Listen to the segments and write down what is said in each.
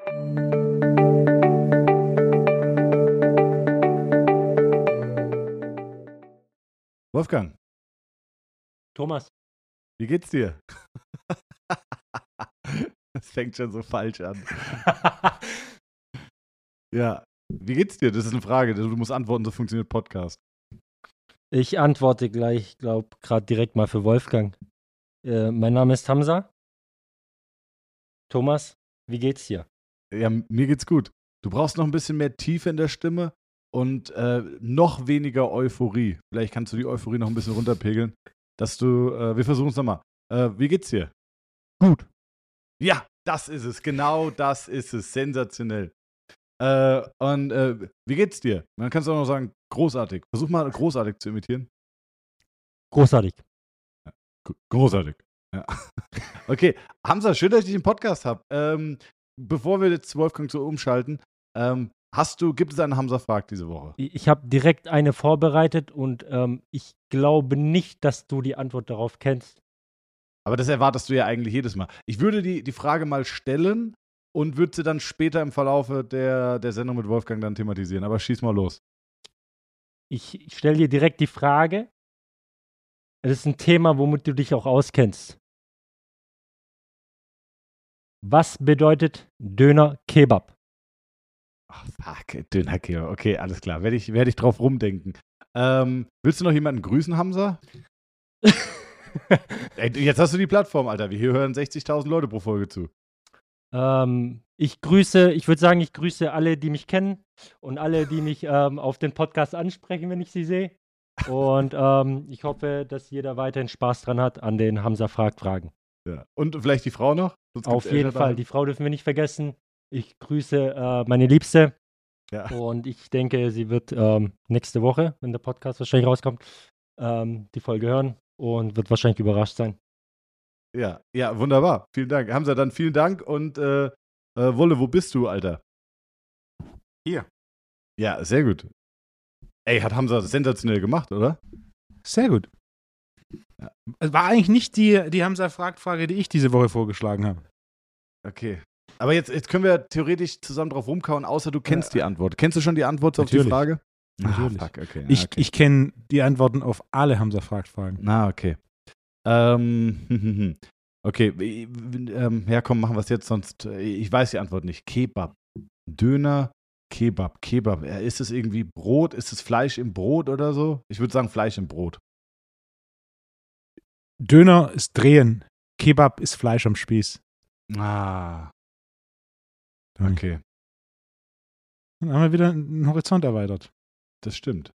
Wolfgang, Thomas, wie geht's dir? Das fängt schon so falsch an. Ja, wie geht's dir? Das ist eine Frage. Du musst antworten, so funktioniert Podcast. ich antworte gleich, glaube gerade direkt mal für Wolfgang. Mein Name ist Hamza. Thomas, wie geht's dir? Ja, mir geht's gut. Du brauchst noch ein bisschen mehr Tiefe in der Stimme und noch weniger Euphorie. Vielleicht kannst du die Euphorie noch ein bisschen runterpegeln, dass du, wir versuchen es nochmal. Wie geht's dir? Gut. Ja, das ist es. Genau das ist es. Sensationell. Wie geht's dir? Man kann es auch noch sagen, großartig. Versuch mal großartig zu imitieren. Großartig. Großartig. Ja. Okay, Hamza, schön, dass ich dich im Podcast habe. Bevor wir jetzt zu Wolfgang so umschalten, gibt es einen Hamza Frag diese Woche? Ich habe direkt eine vorbereitet und ich glaube nicht, dass du die Antwort darauf kennst. Aber das erwartest du ja eigentlich jedes Mal. Ich würde die Frage mal stellen und würde sie dann später im Verlaufe der Sendung mit Wolfgang dann thematisieren. Aber schieß mal los. Ich stelle dir direkt die Frage. Es ist ein Thema, womit du dich auch auskennst. Was bedeutet Döner Kebab? Ach, fuck, Döner Kebab. Okay, alles klar. Werde ich drauf rumdenken. Willst du noch jemanden grüßen, Hamza? Ey, jetzt hast du die Plattform, Alter. Wir hier hören 60.000 Leute pro Folge zu. Ich würde sagen, ich grüße alle, die mich kennen und alle, die mich auf den Podcast ansprechen, wenn ich sie sehe. Und ich hoffe, dass jeder weiterhin Spaß dran hat an den Hamza fragt Fragen. Ja. Und vielleicht die Frau noch? Auf jeden Fall, die Frau dürfen wir nicht vergessen. Ich grüße meine Liebste. Ja. Und ich denke, sie wird nächste Woche, wenn der Podcast wahrscheinlich rauskommt, die Folge hören und wird wahrscheinlich überrascht sein. Ja, wunderbar. Vielen Dank. Hamza, dann vielen Dank und Wolle, wo bist du, Alter? Hier. Ja, sehr gut. Ey, hat Hamza das sensationell gemacht, oder? Sehr gut. Ja. War eigentlich nicht die Hamza-Fragt-Frage, die ich diese Woche vorgeschlagen habe. Okay. Aber jetzt können wir theoretisch zusammen drauf rumkauen, außer du kennst die Antwort. Kennst du schon die Antwort auf die Frage? Natürlich. Fuck, okay. Ich kenne die Antworten auf alle Hamza-Fragt-Fragen. Okay. Okay, ja komm, machen wir es jetzt, sonst, ich weiß die Antwort nicht. Kebab. Döner, Kebab. Ist es irgendwie Brot? Ist es Fleisch im Brot oder so? Ich würde sagen Fleisch im Brot. Döner ist Drehen. Kebab ist Fleisch am Spieß. Okay. Dann haben wir wieder einen Horizont erweitert. Das stimmt.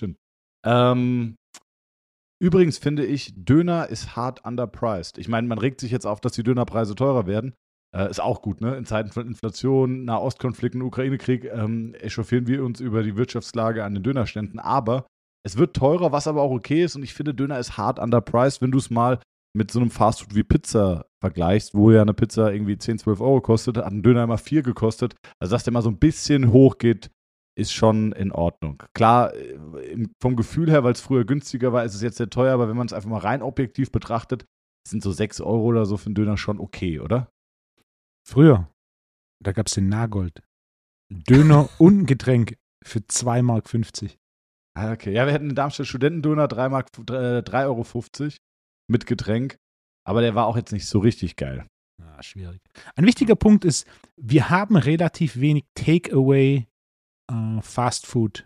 Übrigens finde ich, Döner ist hart underpriced. Ich meine, man regt sich jetzt auf, dass die Dönerpreise teurer werden. Ist auch gut, ne? In Zeiten von Inflation, Nahostkonflikten, Ukraine-Krieg echauffieren wir uns über die Wirtschaftslage an den Dönerständen. Aber es wird teurer, was aber auch okay ist. Und ich finde, Döner ist hart underpriced, wenn du es mal mit so einem Fastfood wie Pizza vergleichst, wo ja eine Pizza irgendwie 10, 12 Euro kostet, hat ein Döner immer 4 gekostet. Also, dass der mal so ein bisschen hochgeht, ist schon in Ordnung. Klar, vom Gefühl her, weil es früher günstiger war, ist es jetzt sehr teuer, aber wenn man es einfach mal rein objektiv betrachtet, sind so 6 Euro oder so für einen Döner schon okay, oder? Früher, da gab es den Nagold. Döner und ein Getränk für 2,50 Mark. Okay, ja, wir hatten in Darmstadt Studentendöner, 3,50 Euro mit Getränk, aber der war auch jetzt nicht so richtig geil. Schwierig. Ein wichtiger Punkt ist, wir haben relativ wenig Takeaway Fast Food,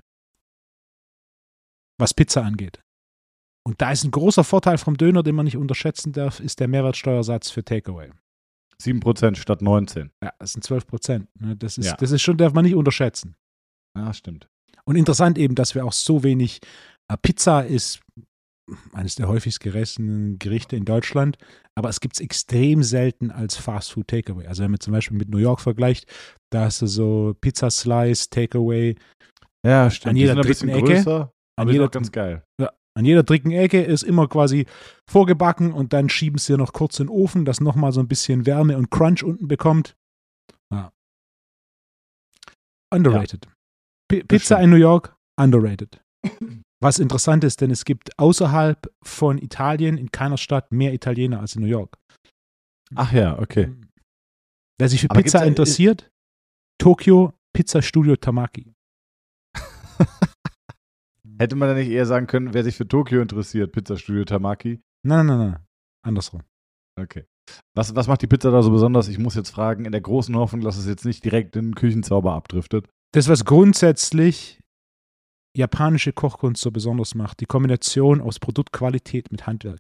was Pizza angeht. Und da ist ein großer Vorteil vom Döner, den man nicht unterschätzen darf, ist der Mehrwertsteuersatz für Takeaway. 7% statt 19. Ja, das sind 12%. Das ist schon, darf man nicht unterschätzen. Ja, stimmt. Und interessant eben, dass wir auch so wenig, Pizza ist eines der häufigst gerissenen Gerichte in Deutschland, aber es gibt es extrem selten als Fast-Food Takeaway. Also wenn man zum Beispiel mit New York vergleicht, da hast du so Pizza-Slice, Takeaway. Ja, stimmt. An jeder die sind ein bisschen Ecke, größer, aber die sind auch ganz geil. Ja, an jeder dritten Ecke ist immer quasi vorgebacken und dann schieben sie noch kurz in den Ofen, dass nochmal so ein bisschen Wärme und Crunch unten bekommt. Ja. Underrated. Ja. Pizza in New York, underrated. Was interessant ist, denn es gibt außerhalb von Italien in keiner Stadt mehr Italiener als in New York. Ach ja, okay. Wer sich für Pizza interessiert, Tokyo Pizza Studio Tamaki. Hätte man da nicht eher sagen können, wer sich für Tokio interessiert, Pizzastudio Tamaki? Nein. Andersrum. Okay. Was macht die Pizza da so besonders? Ich muss jetzt fragen, in der großen Hoffnung, dass es jetzt nicht direkt in den Küchenzauber abdriftet. Das, was grundsätzlich japanische Kochkunst so besonders macht, die Kombination aus Produktqualität mit Handwerk.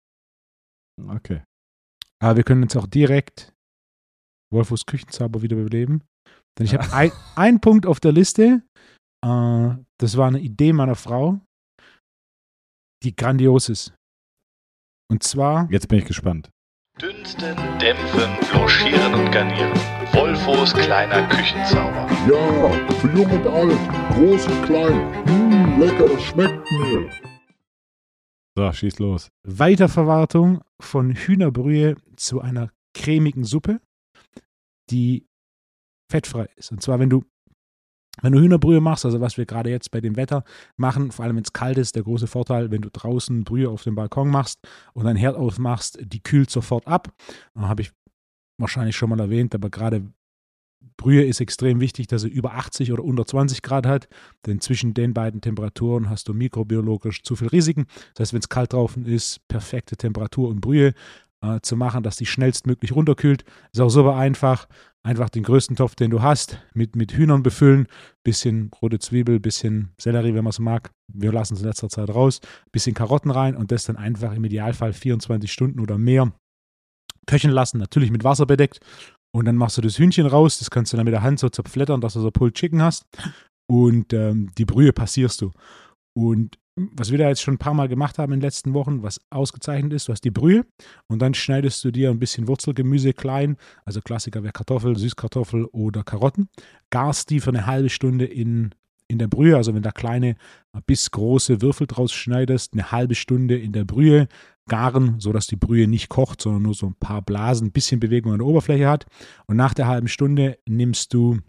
Okay. Aber wir können jetzt auch direkt Wolfos Küchenzauber wieder beleben. Denn ich habe einen Punkt auf der Liste. Das war eine Idee meiner Frau, die grandios ist. Und zwar. Jetzt bin ich gespannt. Dünsten, dämpfen, blanchieren und garnieren. Wolfos kleiner Küchenzauber. Ja, für jung und alt, groß und klein. Lecker, das schmeckt mir. So, schieß los. Weiterverwartung von Hühnerbrühe zu einer cremigen Suppe, die fettfrei ist. Und zwar, wenn du Hühnerbrühe machst, also was wir gerade jetzt bei dem Wetter machen, vor allem wenn es kalt ist, der große Vorteil, wenn du draußen Brühe auf dem Balkon machst und einen Herd aufmachst, die kühlt sofort ab. Habe ich wahrscheinlich schon mal erwähnt, aber gerade Brühe ist extrem wichtig, dass sie über 80 oder unter 20 Grad hat, denn zwischen den beiden Temperaturen hast du mikrobiologisch zu viel Risiken. Das heißt, wenn es kalt draußen ist, perfekte Temperatur und Brühe zu machen, dass die schnellstmöglich runterkühlt. Ist auch super einfach. Einfach den größten Topf, den du hast, mit Hühnern befüllen, bisschen rote Zwiebel, bisschen Sellerie, wenn man es mag. Wir lassen es in letzter Zeit raus. Bisschen Karotten rein und das dann einfach im Idealfall 24 Stunden oder mehr köcheln lassen, natürlich mit Wasser bedeckt. Und dann machst du das Hühnchen raus, das kannst du dann mit der Hand so zerflettern, dass du so Pulled Chicken hast. Und die Brühe passierst du. Und was wir da jetzt schon ein paar Mal gemacht haben in den letzten Wochen, was ausgezeichnet ist, du hast die Brühe und dann schneidest du dir ein bisschen Wurzelgemüse klein, also Klassiker wäre Kartoffel, Süßkartoffel oder Karotten, garst die für eine halbe Stunde in der Brühe, also wenn da kleine bis große Würfel draus schneidest, eine halbe Stunde in der Brühe garen, sodass die Brühe nicht kocht, sondern nur so ein paar Blasen, ein bisschen Bewegung an der Oberfläche hat. Und nach der halben Stunde nimmst du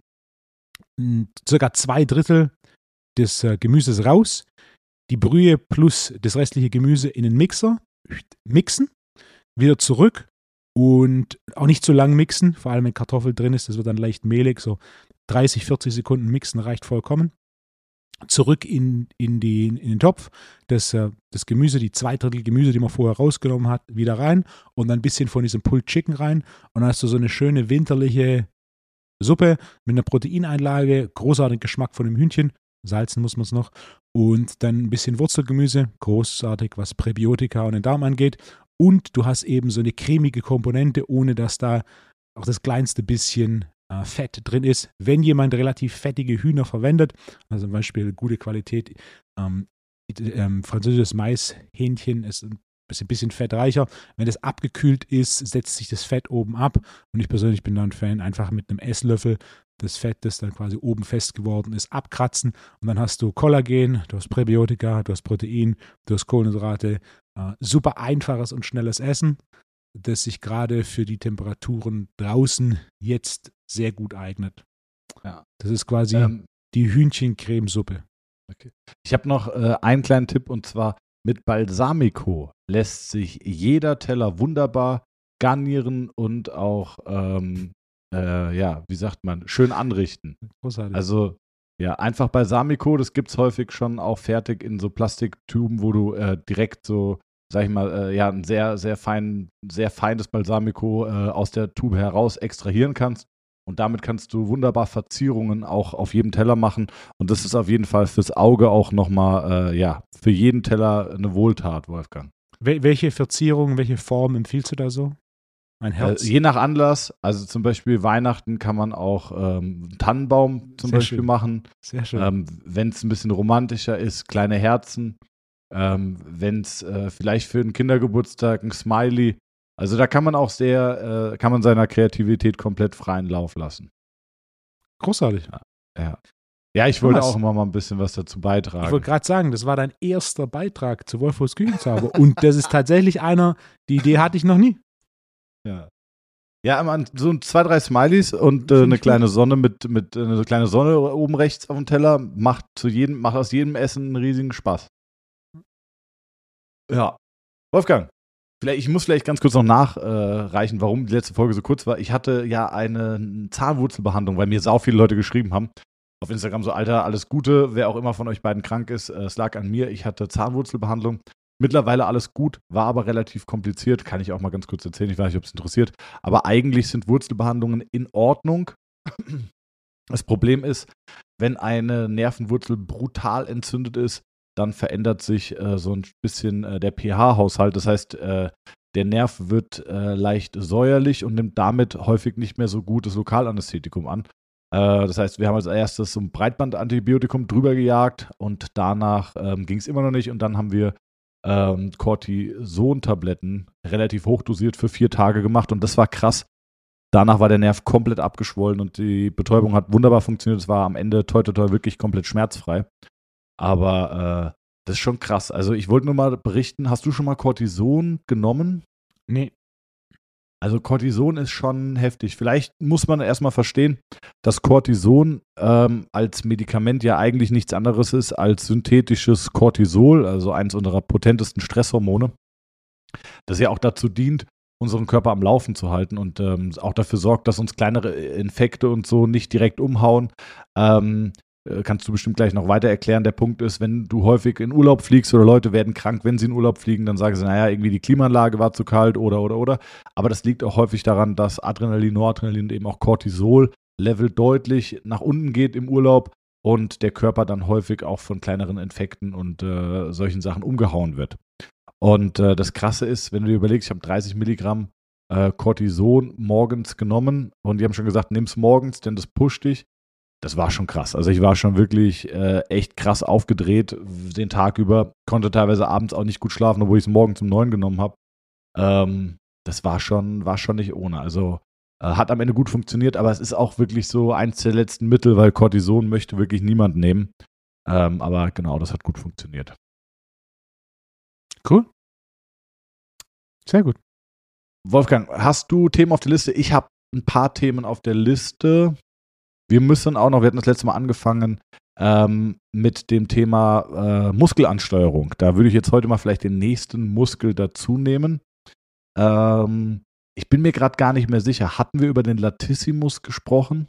circa 2/3 des Gemüses raus, die Brühe plus das restliche Gemüse in den Mixer mixen, wieder zurück und auch nicht zu lang mixen, vor allem wenn Kartoffel drin ist, das wird dann leicht mehlig, so 30, 40 Sekunden mixen reicht vollkommen. Zurück in den Topf, das Gemüse, die 2/3 Gemüse, die man vorher rausgenommen hat, wieder rein und dann ein bisschen von diesem Pulled Chicken rein und dann hast du so eine schöne winterliche Suppe mit einer Proteineinlage, großartigen Geschmack von dem Hühnchen, salzen muss man es noch und dann ein bisschen Wurzelgemüse, großartig, was Präbiotika und den Darm angeht und du hast eben so eine cremige Komponente, ohne dass da auch das kleinste bisschen Fett drin ist. Wenn jemand relativ fettige Hühner verwendet, also zum Beispiel gute Qualität, französisches Maishähnchen ist ein bisschen fettreicher. Wenn das abgekühlt ist, setzt sich das Fett oben ab und ich persönlich bin da ein Fan, einfach mit einem Esslöffel das Fett, das dann quasi oben fest geworden ist, abkratzen und dann hast du Kollagen, du hast Präbiotika, du hast Protein, du hast Kohlenhydrate, super einfaches und schnelles Essen, das sich gerade für die Temperaturen draußen jetzt sehr gut eignet. Ja. Das ist quasi die Hühnchencremesuppe. Okay. Ich habe noch einen kleinen Tipp und zwar mit Balsamico lässt sich jeder Teller wunderbar garnieren und auch, wie sagt man, schön anrichten. Großartig. Also, ja, einfach Balsamico, das gibt es häufig schon auch fertig in so Plastiktuben, wo du direkt so, sag ich mal, ein sehr, sehr feines Balsamico aus der Tube heraus extrahieren kannst. Und damit kannst du wunderbar Verzierungen auch auf jedem Teller machen. Und das ist auf jeden Fall fürs Auge auch nochmal, für jeden Teller eine Wohltat, Wolfgang. Welche Verzierung, welche Form empfiehlst du da so? Ein Herz? Je nach Anlass. Also zum Beispiel Weihnachten kann man auch Tannenbaum zum Sehr Beispiel schön. machen. Sehr schön. Wenn es ein bisschen romantischer ist, kleine Herzen. Wenn es vielleicht für einen Kindergeburtstag ein Smiley. Also da kann man auch kann man seiner Kreativität komplett freien Lauf lassen. Großartig. Ja, ich wollte Thomas, auch immer mal ein bisschen was dazu beitragen. Ich wollte gerade sagen, das war dein erster Beitrag zu Wolfos Küchenzauber und das ist tatsächlich die Idee hatte ich noch nie. Ja, man, so 2, 3 Smileys und eine kleine Sonne mit eine kleine Sonne oben rechts auf dem Teller macht aus jedem Essen einen riesigen Spaß. Ja. Wolfgang, Ich muss vielleicht ganz kurz noch nachreichen, warum die letzte Folge so kurz war. Ich hatte ja eine Zahnwurzelbehandlung, weil mir sau viele Leute geschrieben haben. Auf Instagram so, Alter, alles Gute, wer auch immer von euch beiden krank ist, es lag an mir. Ich hatte Zahnwurzelbehandlung. Mittlerweile alles gut, war aber relativ kompliziert. Kann ich auch mal ganz kurz erzählen, ich weiß nicht, ob es interessiert. Aber eigentlich sind Wurzelbehandlungen in Ordnung. Das Problem ist, wenn eine Nervenwurzel brutal entzündet ist, dann verändert sich so ein bisschen der pH-Haushalt. Das heißt, der Nerv wird leicht säuerlich und nimmt damit häufig nicht mehr so gutes Lokalanästhetikum an. Das heißt, wir haben als erstes so ein Breitbandantibiotikum drüber gejagt und danach ging es immer noch nicht. Und dann haben wir Cortison-Tabletten relativ hochdosiert für 4 Tage gemacht und das war krass. Danach war der Nerv komplett abgeschwollen und die Betäubung hat wunderbar funktioniert. Es war am Ende toi toi toi wirklich komplett schmerzfrei. Aber das ist schon krass. Also ich wollte nur mal berichten, hast du schon mal Cortison genommen? Nee. Also Cortison ist schon heftig. Vielleicht muss man erstmal verstehen, dass Cortison als Medikament ja eigentlich nichts anderes ist als synthetisches Cortisol, also eines unserer potentesten Stresshormone, das ja auch dazu dient, unseren Körper am Laufen zu halten und auch dafür sorgt, dass uns kleinere Infekte und so nicht direkt umhauen. Kannst du bestimmt gleich noch weiter erklären. Der Punkt ist, wenn du häufig in Urlaub fliegst oder Leute werden krank, wenn sie in Urlaub fliegen, dann sagen sie, naja, irgendwie die Klimaanlage war zu kalt oder. Aber das liegt auch häufig daran, dass Adrenalin, Noradrenalin und eben auch Cortisol-Level deutlich nach unten geht im Urlaub und der Körper dann häufig auch von kleineren Infekten und solchen Sachen umgehauen wird. Und das Krasse ist, wenn du dir überlegst, ich habe 30 Milligramm Cortison morgens genommen und die haben schon gesagt, nimm's morgens, denn das pusht dich. Das war schon krass. Also ich war schon wirklich echt krass aufgedreht den Tag über. Konnte teilweise abends auch nicht gut schlafen, obwohl ich es morgens um 9 genommen habe. Das war schon nicht ohne. Also hat am Ende gut funktioniert, aber es ist auch wirklich so eins der letzten Mittel, weil Cortison möchte wirklich niemand nehmen. Aber genau, das hat gut funktioniert. Cool. Sehr gut. Wolfgang, hast du Themen auf der Liste? Ich habe ein paar Themen auf der Liste. Wir hatten das letzte Mal angefangen mit dem Thema Muskelansteuerung. Da würde ich jetzt heute mal vielleicht den nächsten Muskel dazu nehmen. Ich bin mir gerade gar nicht mehr sicher. Hatten wir über den Latissimus gesprochen?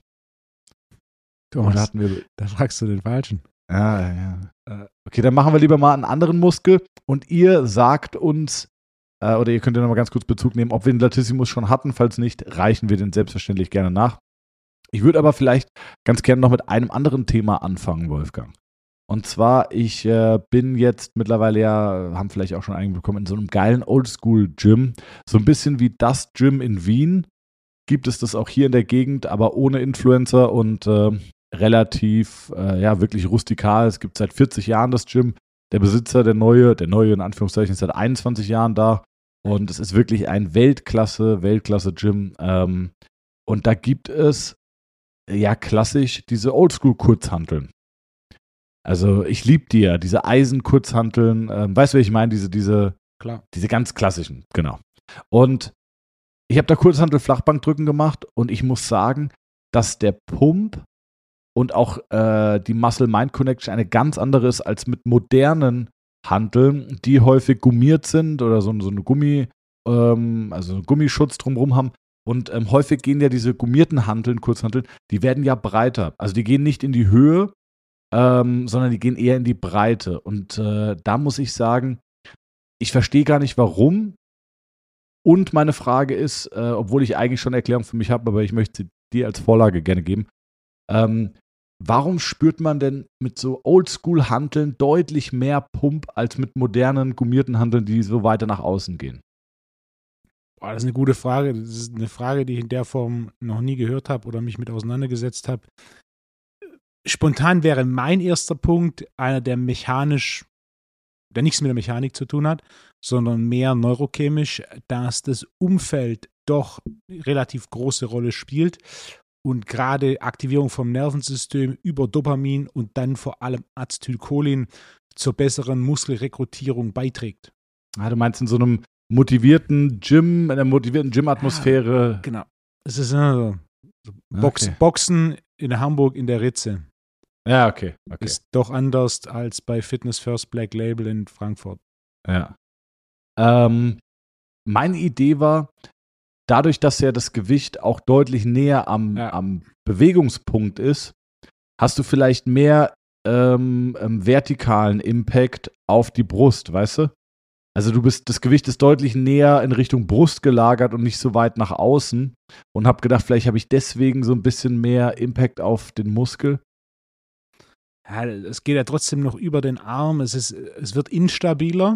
Thomas, da fragst du den Falschen. Ja. Okay, dann machen wir lieber mal einen anderen Muskel und ihr sagt uns, oder ihr könnt ja noch mal ganz kurz Bezug nehmen, ob wir den Latissimus schon hatten. Falls nicht, reichen wir den selbstverständlich gerne nach. Ich würde aber vielleicht ganz gerne noch mit einem anderen Thema anfangen, Wolfgang. Und zwar, ich bin jetzt mittlerweile haben vielleicht auch schon einige bekommen, in so einem geilen Oldschool-Gym. So ein bisschen wie das Gym in Wien. Gibt es das auch hier in der Gegend, aber ohne Influencer und relativ, wirklich rustikal. Es gibt seit 40 Jahren das Gym. Der Besitzer, der neue in Anführungszeichen, ist seit 21 Jahren da. Und es ist wirklich ein Weltklasse-Gym. Und da gibt es klassisch diese Oldschool-Kurzhanteln. Also ich liebe die ja, diese Eisen-Kurzhanteln. Weißt du, wie ich meine? Diese ganz klassischen, genau. Und ich habe da Kurzhantel-Flachbankdrücken gemacht und ich muss sagen, dass der Pump und auch die Muscle-Mind-Connection eine ganz andere ist als mit modernen Hanteln, die häufig gummiert sind oder so eine Gummischutz drumherum haben. Und häufig gehen ja diese gummierten Hanteln, Kurzhanteln, die werden ja breiter. Also die gehen nicht in die Höhe, sondern die gehen eher in die Breite. Und da muss ich sagen, ich verstehe gar nicht, warum. Und meine Frage ist, obwohl ich eigentlich schon eine Erklärung für mich habe, aber ich möchte sie dir als Vorlage gerne geben. Warum spürt man denn mit so Oldschool-Hanteln deutlich mehr Pump als mit modernen, gummierten Hanteln, die so weiter nach außen gehen? Das ist eine gute Frage. Das ist eine Frage, die ich in der Form noch nie gehört habe oder mich mit auseinandergesetzt habe. Spontan wäre mein erster Punkt einer, der nichts mit der Mechanik zu tun hat, sondern mehr neurochemisch, dass das Umfeld doch relativ große Rolle spielt und gerade Aktivierung vom Nervensystem über Dopamin und dann vor allem Acetylcholin zur besseren Muskelrekrutierung beiträgt. Du meinst in so einem motivierten Gym, in einer motivierten Gym-Atmosphäre. Ja, genau. Es ist Boxen in Hamburg in der Ritze. Ja, okay. Ist doch anders als bei Fitness First Black Label in Frankfurt. Ja. meine Idee war, dadurch, dass ja das Gewicht auch deutlich näher am Bewegungspunkt ist, hast du vielleicht mehr vertikalen Impact auf die Brust, weißt du? Also das Gewicht ist deutlich näher in Richtung Brust gelagert und nicht so weit nach außen und habe gedacht, vielleicht habe ich deswegen so ein bisschen mehr Impact auf den Muskel. Ja, es geht ja trotzdem noch über den Arm, es wird instabiler.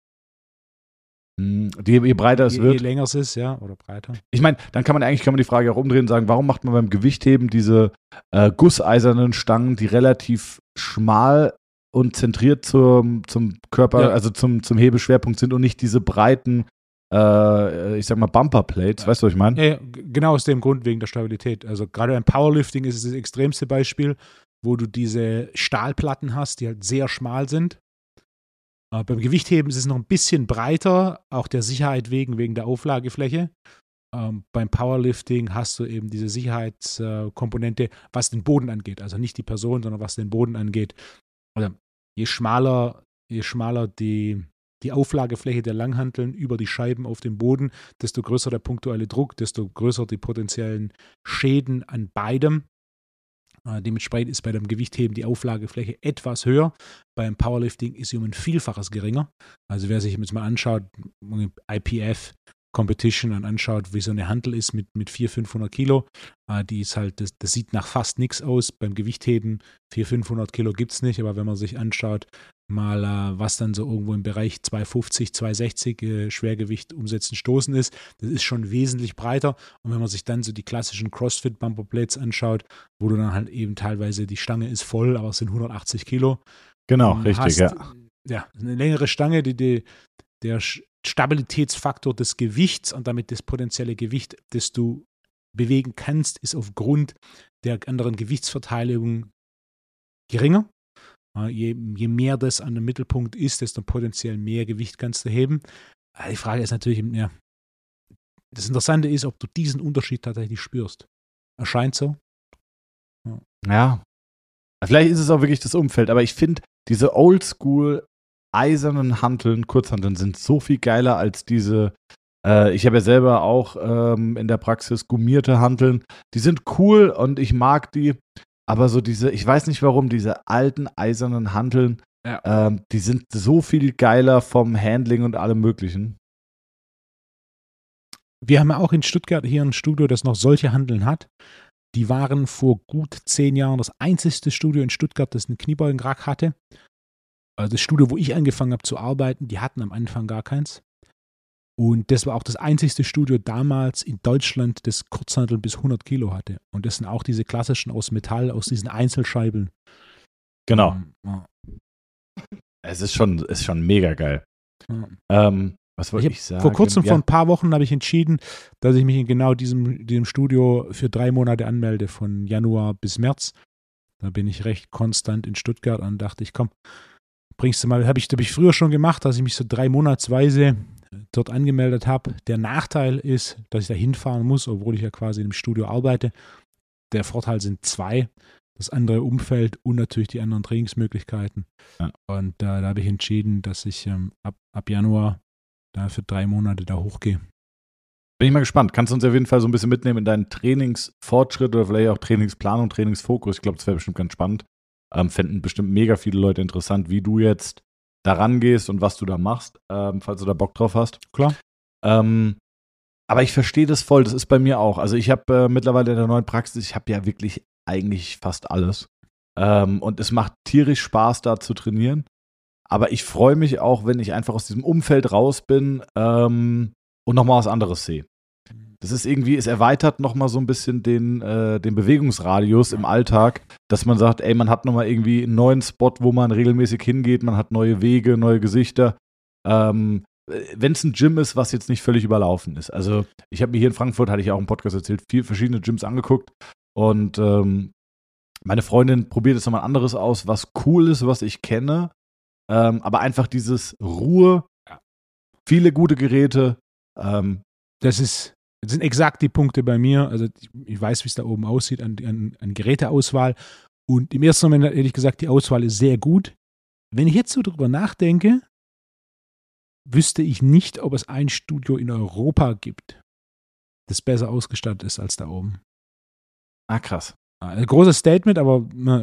Je breiter es wird. Je länger es ist, ja, oder breiter. Ich meine, dann kann man die Frage auch umdrehen und sagen, warum macht man beim Gewichtheben diese gusseisernen Stangen, die relativ schmal und zentriert zum Körper, also zum Hebeschwerpunkt sind und nicht diese breiten, ich sag mal, Bumperplates, weißt du, was ich meine? Ja, genau aus dem Grund, wegen der Stabilität. Also gerade beim Powerlifting ist es das extremste Beispiel, wo du diese Stahlplatten hast, die halt sehr schmal sind. Beim Gewichtheben ist es noch ein bisschen breiter, auch der Sicherheit wegen der Auflagefläche. Beim Powerlifting hast du eben diese Sicherheitskomponente, was den Boden angeht. Also nicht die Person, sondern was den Boden angeht. Also je schmaler die Auflagefläche der Langhanteln über die Scheiben auf dem Boden, desto größer der punktuelle Druck, desto größer die potenziellen Schäden an beidem. Dementsprechend ist bei dem Gewichtheben die Auflagefläche etwas höher. Beim Powerlifting ist sie um ein Vielfaches geringer. Also wer sich jetzt mal anschaut, IPF Competition und anschaut, wie so eine Hantel ist mit 400-500 Kilo, die ist halt, das sieht nach fast nichts aus. Beim Gewichtheben 400-500 Kilo gibt es nicht, aber wenn man sich anschaut, mal was dann so irgendwo im Bereich 250, 260 Schwergewicht umsetzen, stoßen ist, das ist schon wesentlich breiter. Und wenn man sich dann so die klassischen CrossFit Bumperplates anschaut, wo du dann halt eben teilweise, die Stange ist voll, aber es sind 180 Kilo. Genau, richtig, Ja, eine längere Stange, der Stabilitätsfaktor des Gewichts und damit das potenzielle Gewicht, das du bewegen kannst, ist aufgrund der anderen Gewichtsverteilung geringer. Je mehr das an dem Mittelpunkt ist, desto potenziell mehr Gewicht kannst du heben. Die Frage ist natürlich, ja, das Interessante ist, ob du diesen Unterschied tatsächlich spürst. Erscheint so. Ja. Vielleicht ist es auch wirklich das Umfeld, aber ich finde, diese Oldschool eisernen Hanteln, Kurzhanteln sind so viel geiler als diese, ich habe ja selber auch in der Praxis gummierte Hanteln. Die sind cool und ich mag die, aber so diese, ich weiß nicht warum, diese alten eisernen Hanteln, die sind so viel geiler vom Handling und allem Möglichen. Wir haben ja auch in Stuttgart hier ein Studio, das noch solche Hanteln hat. Die waren vor gut 10 Jahren das einzigste Studio in Stuttgart, das einen Kniebeugenrack hatte. Also das Studio, wo ich angefangen habe zu arbeiten, die hatten am Anfang gar keins. Und das war auch das einzigste Studio damals in Deutschland, das Kurzhanteln bis 100 Kilo hatte. Und das sind auch diese klassischen aus Metall, aus diesen Einzelscheiben. Genau. Es ist schon mega geil. Was wollte ich sagen? Vor kurzem, vor ein paar Wochen, habe ich entschieden, dass ich mich in genau diesem Studio für 3 Monate anmelde, von Januar bis März. Da bin ich recht konstant in Stuttgart und dachte ich, komm, bringst du mal, habe ich früher schon gemacht, dass ich mich so 3 monatsweise dort angemeldet habe. Der Nachteil ist, dass ich da hinfahren muss, obwohl ich ja quasi im Studio arbeite. Der Vorteil sind 2, das andere Umfeld und natürlich die anderen Trainingsmöglichkeiten. Ja. Und da habe ich entschieden, dass ich ab Januar da für 3 Monate da hochgehe. Bin ich mal gespannt. Kannst du uns auf jeden Fall so ein bisschen mitnehmen in deinen Trainingsfortschritt oder vielleicht auch Trainingsplanung, Trainingsfokus? Ich glaube, das wäre bestimmt ganz spannend. Fänden bestimmt mega viele Leute interessant, wie du jetzt da rangehst und was du da machst, falls du da Bock drauf hast. Klar. Aber ich verstehe das voll, das ist bei mir auch. Also ich habe mittlerweile in der neuen Praxis, ich habe ja wirklich eigentlich fast alles. Und es macht tierisch Spaß, da zu trainieren. Aber ich freue mich auch, wenn ich einfach aus diesem Umfeld raus bin und nochmal was anderes sehe. Das ist irgendwie, es erweitert nochmal so ein bisschen den Bewegungsradius im Alltag, dass man sagt, ey, man hat nochmal irgendwie einen neuen Spot, wo man regelmäßig hingeht, man hat neue Wege, neue Gesichter. Wenn es ein Gym ist, was jetzt nicht völlig überlaufen ist. Also ich habe mir hier in Frankfurt, hatte ich ja auch im Podcast erzählt, 4 verschiedene Gyms angeguckt und meine Freundin probiert jetzt nochmal ein anderes aus, was cool ist, was ich kenne, aber einfach dieses Ruhe, viele gute Geräte. Das sind exakt die Punkte bei mir. Also ich weiß, wie es da oben aussieht an Geräteauswahl. Und im ersten Moment hätte ich gesagt, die Auswahl ist sehr gut. Wenn ich jetzt so drüber nachdenke, wüsste ich nicht, ob es ein Studio in Europa gibt, das besser ausgestattet ist als da oben. Ah, krass. Ein großes Statement, aber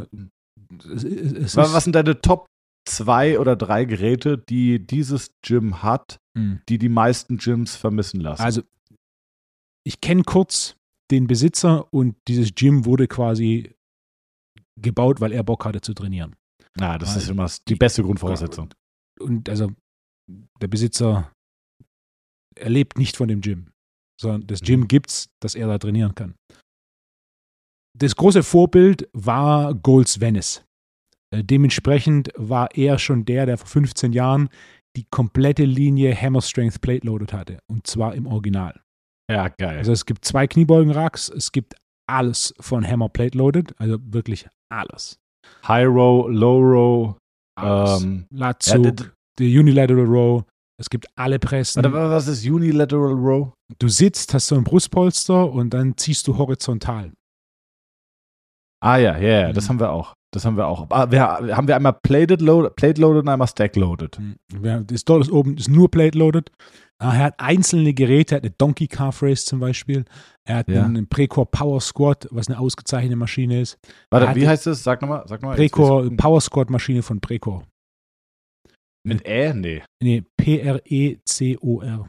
Was sind deine Top 2 oder 3 Geräte, die dieses Gym hat, die die meisten Gyms vermissen lassen? Also, ich kenne kurz den Besitzer und dieses Gym wurde quasi gebaut, weil er Bock hatte zu trainieren. Das ist immer die beste Grundvoraussetzung. Und also der Besitzer, er lebt nicht von dem Gym, sondern das Gym gibt's, dass er da trainieren kann. Das große Vorbild war Gold's Venice. Dementsprechend war er schon der vor 15 Jahren die komplette Linie Hammer Strength Plate Loaded hatte. Und zwar im Original. Ja, geil. Also es gibt 2 Kniebeugen-Racks, es gibt alles von Hammer Plate Loaded, also wirklich alles. High Row, Low Row, Latzug, die Unilateral Row, es gibt alle Pressen. Was ist Unilateral Row? Du sitzt, hast so ein Brustpolster und dann ziehst du horizontal. Ah ja, das haben wir auch. Haben wir einmal Plate Loaded und einmal Stack Loaded. Dort ist oben ist nur Plate Loaded. Er hat einzelne Geräte, er hat eine Donkey Calf Raise zum Beispiel. Er hat einen Precore Power Squat, was eine ausgezeichnete Maschine ist. Warte, wie heißt das? Sag nochmal. Precore Power Squat Maschine von Precore. Mit Nee. Nee, P-R-E-C-O-R.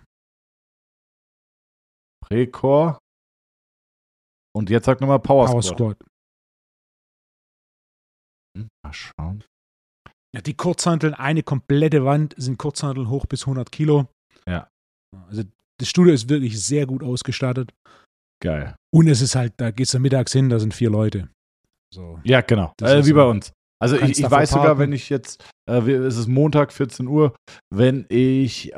Precore. Und jetzt sag nochmal Power Squat. Mal schauen. Ja, die Kurzhanteln, eine komplette Wand sind Kurzhanteln hoch bis 100 Kilo. Ja. Also das Studio ist wirklich sehr gut ausgestattet. Geil. Und es ist halt, da gehst du mittags hin, da sind 4 Leute. So. Ja, genau. Wie bei uns. Also ich weiß sogar, wenn ich jetzt, es ist Montag 14 Uhr, wenn ich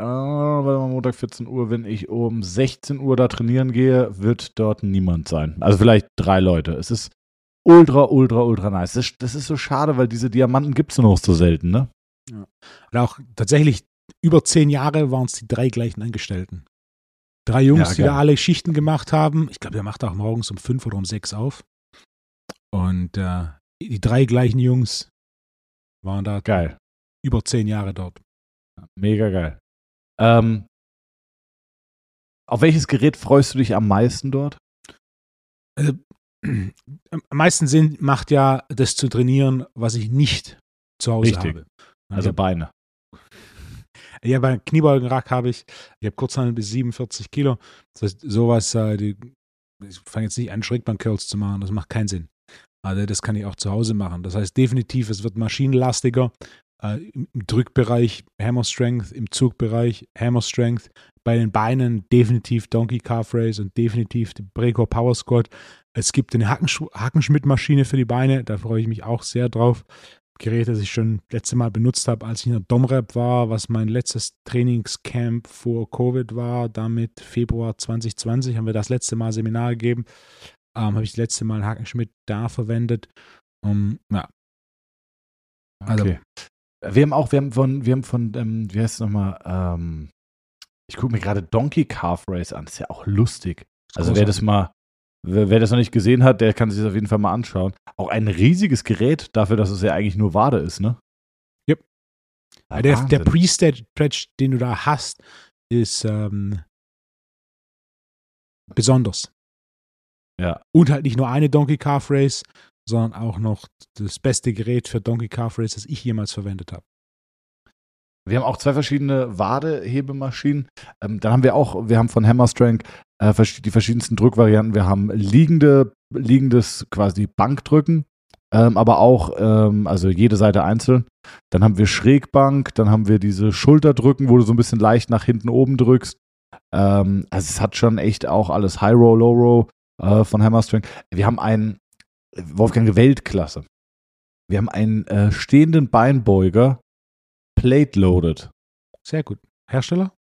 um 16 Uhr da trainieren gehe, wird dort niemand sein. Also vielleicht 3 Leute. Es ist ultra nice. Das ist so schade, weil diese Diamanten gibt es nur noch so selten, ne? Ja. Und auch tatsächlich über 10 Jahre waren es die 3 gleichen Angestellten. 3 Jungs, die da alle Schichten gemacht haben. Ich glaube, der macht auch morgens um 5 oder um 6 auf. Und die 3 gleichen Jungs waren da geil. Über 10 Jahre dort. Mega geil. Auf welches Gerät freust du dich am meisten dort? Also, am meisten Sinn macht ja, das zu trainieren, was ich nicht zu Hause habe. Also Beine. Ja, beim Kniebeugenrack habe ich habe Kurzhanteln bis 47 Kilo. Das heißt, sowas, ich fange jetzt nicht an, Schrägbank-Curls zu machen, das macht keinen Sinn. Also das kann ich auch zu Hause machen. Das heißt definitiv, es wird maschinenlastiger. Im Drückbereich Hammer Strength, im Zugbereich Hammer Strength. Bei den Beinen definitiv Donkey Calf Raise und definitiv die Precore Power Squat. Es gibt eine Hackenschmidt-Maschine für die Beine, da freue ich mich auch sehr drauf. Gerät, das ich schon letzte Mal benutzt habe, als ich in der Domrep war, was mein letztes Trainingscamp vor Covid war. Damit Februar 2020 haben wir das letzte Mal Seminar gegeben. Habe ich das letzte Mal Hackenschmidt da verwendet. Ja. Also, okay. Wir haben von, wie heißt es nochmal, ich gucke mir gerade Donkey Calf Race an, das ist ja auch lustig. Also wer das noch nicht gesehen hat, der kann sich das auf jeden Fall mal anschauen. Auch ein riesiges Gerät dafür, dass es ja eigentlich nur Wade ist, ne? Yep. Ja, der Pre-Stretch, den du da hast, ist besonders. Ja. Und halt nicht nur eine Donkey Calf Race, sondern auch noch das beste Gerät für Donkey Calf Race, das ich jemals verwendet habe. Wir haben auch 2 verschiedene Wadehebemaschinen. Dann haben wir haben von Hammer Strength die verschiedensten Drückvarianten. Wir haben liegendes quasi Bankdrücken, aber auch, also jede Seite einzeln. Dann haben wir Schrägbank, dann haben wir diese Schulterdrücken, wo du so ein bisschen leicht nach hinten oben drückst. Also es hat schon echt auch alles High Row, Low Row von Hammer Strength. Wir haben einen Wolfgang Weltklasse. Wir haben einen stehenden Beinbeuger, Plate Loaded. Sehr gut. Hersteller?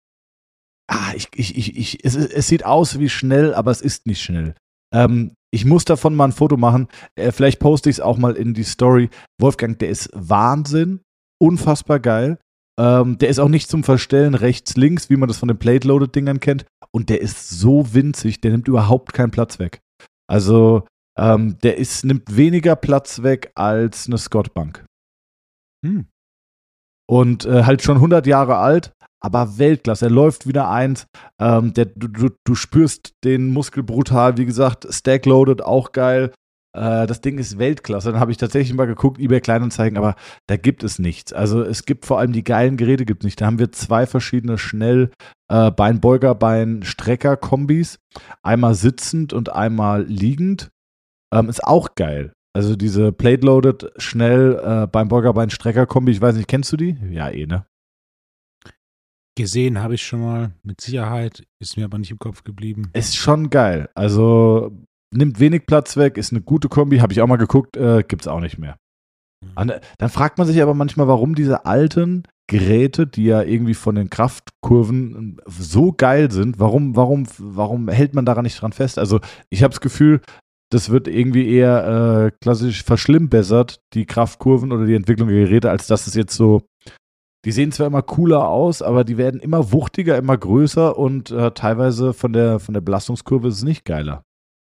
Es sieht aus wie schnell, aber es ist nicht schnell. Ich muss davon mal ein Foto machen. Vielleicht poste ich es auch mal in die Story. Wolfgang, der ist Wahnsinn. Unfassbar geil. Der ist auch nicht zum Verstellen rechts, links, wie man das von den Plate-Loaded-Dingern kennt. Und der ist so winzig, der nimmt überhaupt keinen Platz weg. Also, nimmt weniger Platz weg als eine Squat-Bank. Und halt schon 100 Jahre alt, aber Weltklasse. Er läuft wieder eins. Du spürst den Muskel brutal. Wie gesagt, Stack-Loaded, auch geil. Das Ding ist Weltklasse. Dann habe ich tatsächlich mal geguckt, eBay Kleinanzeigen, aber da gibt es nichts. Also es gibt vor allem die geilen Geräte gibt es nicht. Da haben wir 2 verschiedene Beinbeuger, Beinstrecker-Kombis. Einmal sitzend und einmal liegend. Ist auch geil. Also diese Plate-Loaded, schnell Beinbeuger, Beinstrecker-Kombi. Ich weiß nicht, kennst du die? Ja, ne? Gesehen habe ich schon mal, mit Sicherheit. Ist mir aber nicht im Kopf geblieben. Ist schon geil. Also nimmt wenig Platz weg, ist eine gute Kombi. Habe ich auch mal geguckt, gibt's auch nicht mehr. Dann fragt man sich aber manchmal, warum diese alten Geräte, die ja irgendwie von den Kraftkurven so geil sind, warum hält man daran nicht dran fest? Also ich habe das Gefühl, das wird irgendwie eher klassisch verschlimmbessert, die Kraftkurven oder die Entwicklung der Geräte, als dass es jetzt so, die sehen zwar immer cooler aus, aber die werden immer wuchtiger, immer größer und teilweise von der Belastungskurve ist es nicht geiler.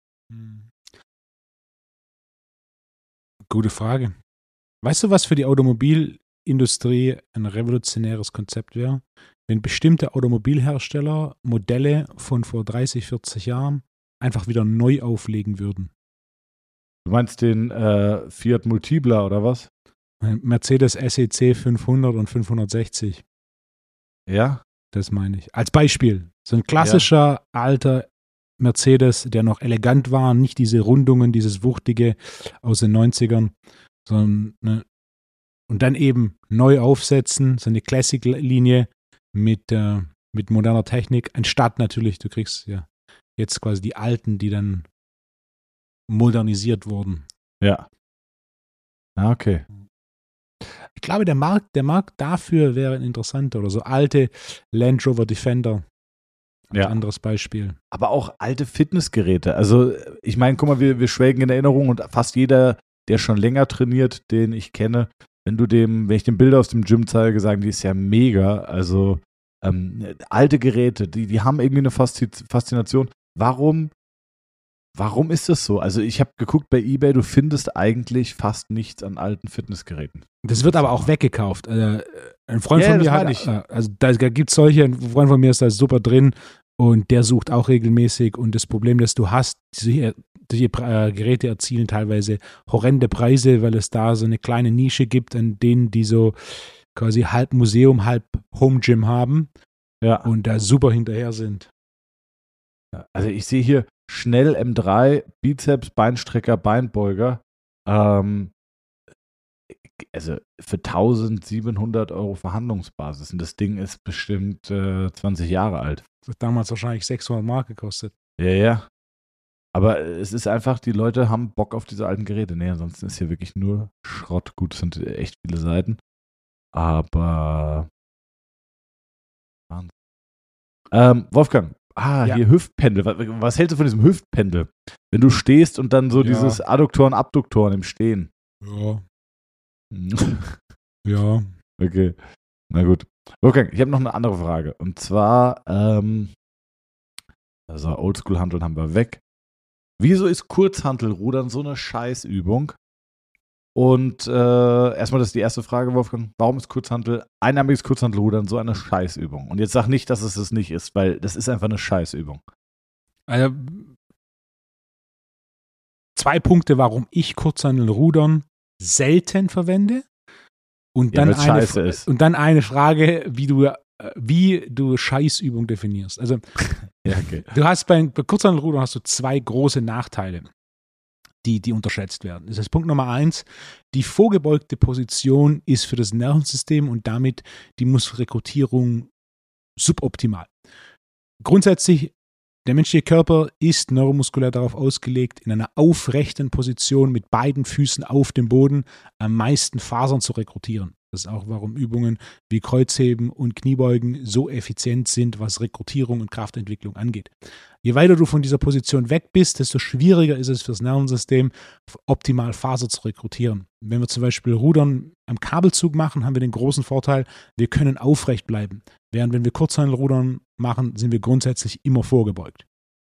Gute Frage. Weißt du, was für die Automobilindustrie ein revolutionäres Konzept wäre? Wenn bestimmte Automobilhersteller Modelle von vor 30, 40 Jahren einfach wieder neu auflegen würden. Du meinst den Fiat Multipla oder was? Mercedes SEC 500 und 560. Ja? Das meine ich. Als Beispiel. So ein klassischer alter Mercedes, der noch elegant war, nicht diese Rundungen, dieses Wuchtige aus den 90ern, sondern und dann eben neu aufsetzen, so eine Classic-Linie mit moderner Technik, anstatt natürlich, du kriegst ja jetzt quasi die alten, die dann modernisiert wurden. Ja. Ah, okay. Ich glaube, der Markt dafür wäre ein interessanter oder so alte Land Rover Defender. Ja. Anderes Beispiel. Aber auch alte Fitnessgeräte. Also, ich meine, guck mal, wir schwelgen in Erinnerung und fast jeder, der schon länger trainiert, den ich kenne, wenn ich dem Bilder aus dem Gym zeige, sagen, die ist ja mega. Also, alte Geräte, die haben irgendwie eine Faszination. Warum ist das so? Also, ich habe geguckt bei eBay, du findest eigentlich fast nichts an alten Fitnessgeräten. Das wird aber auch weggekauft. Ein Freund von mir hat, also da gibt es solche, ein Freund von mir ist da super drin und der sucht auch regelmäßig und das Problem, das du hast, diese Geräte erzielen teilweise horrende Preise, weil es da so eine kleine Nische gibt, an denen die so quasi halb Museum, halb Home Gym haben und da super hinterher sind. Also ich sehe hier schnell M3, Bizeps, Beinstrecker, Beinbeuger. Also für 1.700 € Verhandlungsbasis. Und das Ding ist bestimmt 20 Jahre alt. Das hat damals wahrscheinlich 600 Mark gekostet. Ja. Aber es ist einfach, die Leute haben Bock auf diese alten Geräte. Nee, ansonsten ist hier wirklich nur Schrott. Gut, es sind echt viele Seiten. Aber Wolfgang, hier Hüftpendel. Was hältst du von diesem Hüftpendel? Wenn du stehst und dann so dieses Adduktoren, Abduktoren im Stehen. Ja. Ja. Okay. Na gut. Wolfgang, ich habe noch eine andere Frage. Und zwar, also Oldschool-Hanteln haben wir weg. Wieso ist Kurzhantelrudern so eine Scheißübung? Und erstmal, das ist die erste Frage, Wolfgang. Warum ist einarmiges Kurzhantelrudern so eine Scheißübung? Und jetzt sag nicht, dass es nicht ist, weil das ist einfach eine Scheißübung. Also, 2 Punkte, warum ich Kurzhantelrudern selten verwende. Und dann, eine Frage, wie du Scheißübung definierst. Also, du hast bei Kurzhantelrudern hast du 2 große Nachteile, die unterschätzt werden. Das ist Punkt Nummer 1. Die vorgebeugte Position ist für das Nervensystem und damit die Muskelrekrutierung suboptimal. Grundsätzlich, der menschliche Körper ist neuromuskulär darauf ausgelegt, in einer aufrechten Position mit beiden Füßen auf dem Boden am meisten Fasern zu rekrutieren. Das ist auch, warum Übungen wie Kreuzheben und Kniebeugen so effizient sind, was Rekrutierung und Kraftentwicklung angeht. Je weiter du von dieser Position weg bist, desto schwieriger ist es fürs Nervensystem, optimal Faser zu rekrutieren. Wenn wir zum Beispiel Rudern am Kabelzug machen, haben wir den großen Vorteil, wir können aufrecht bleiben. Während wenn wir Kurzhantelrudern machen, sind wir grundsätzlich immer vorgebeugt.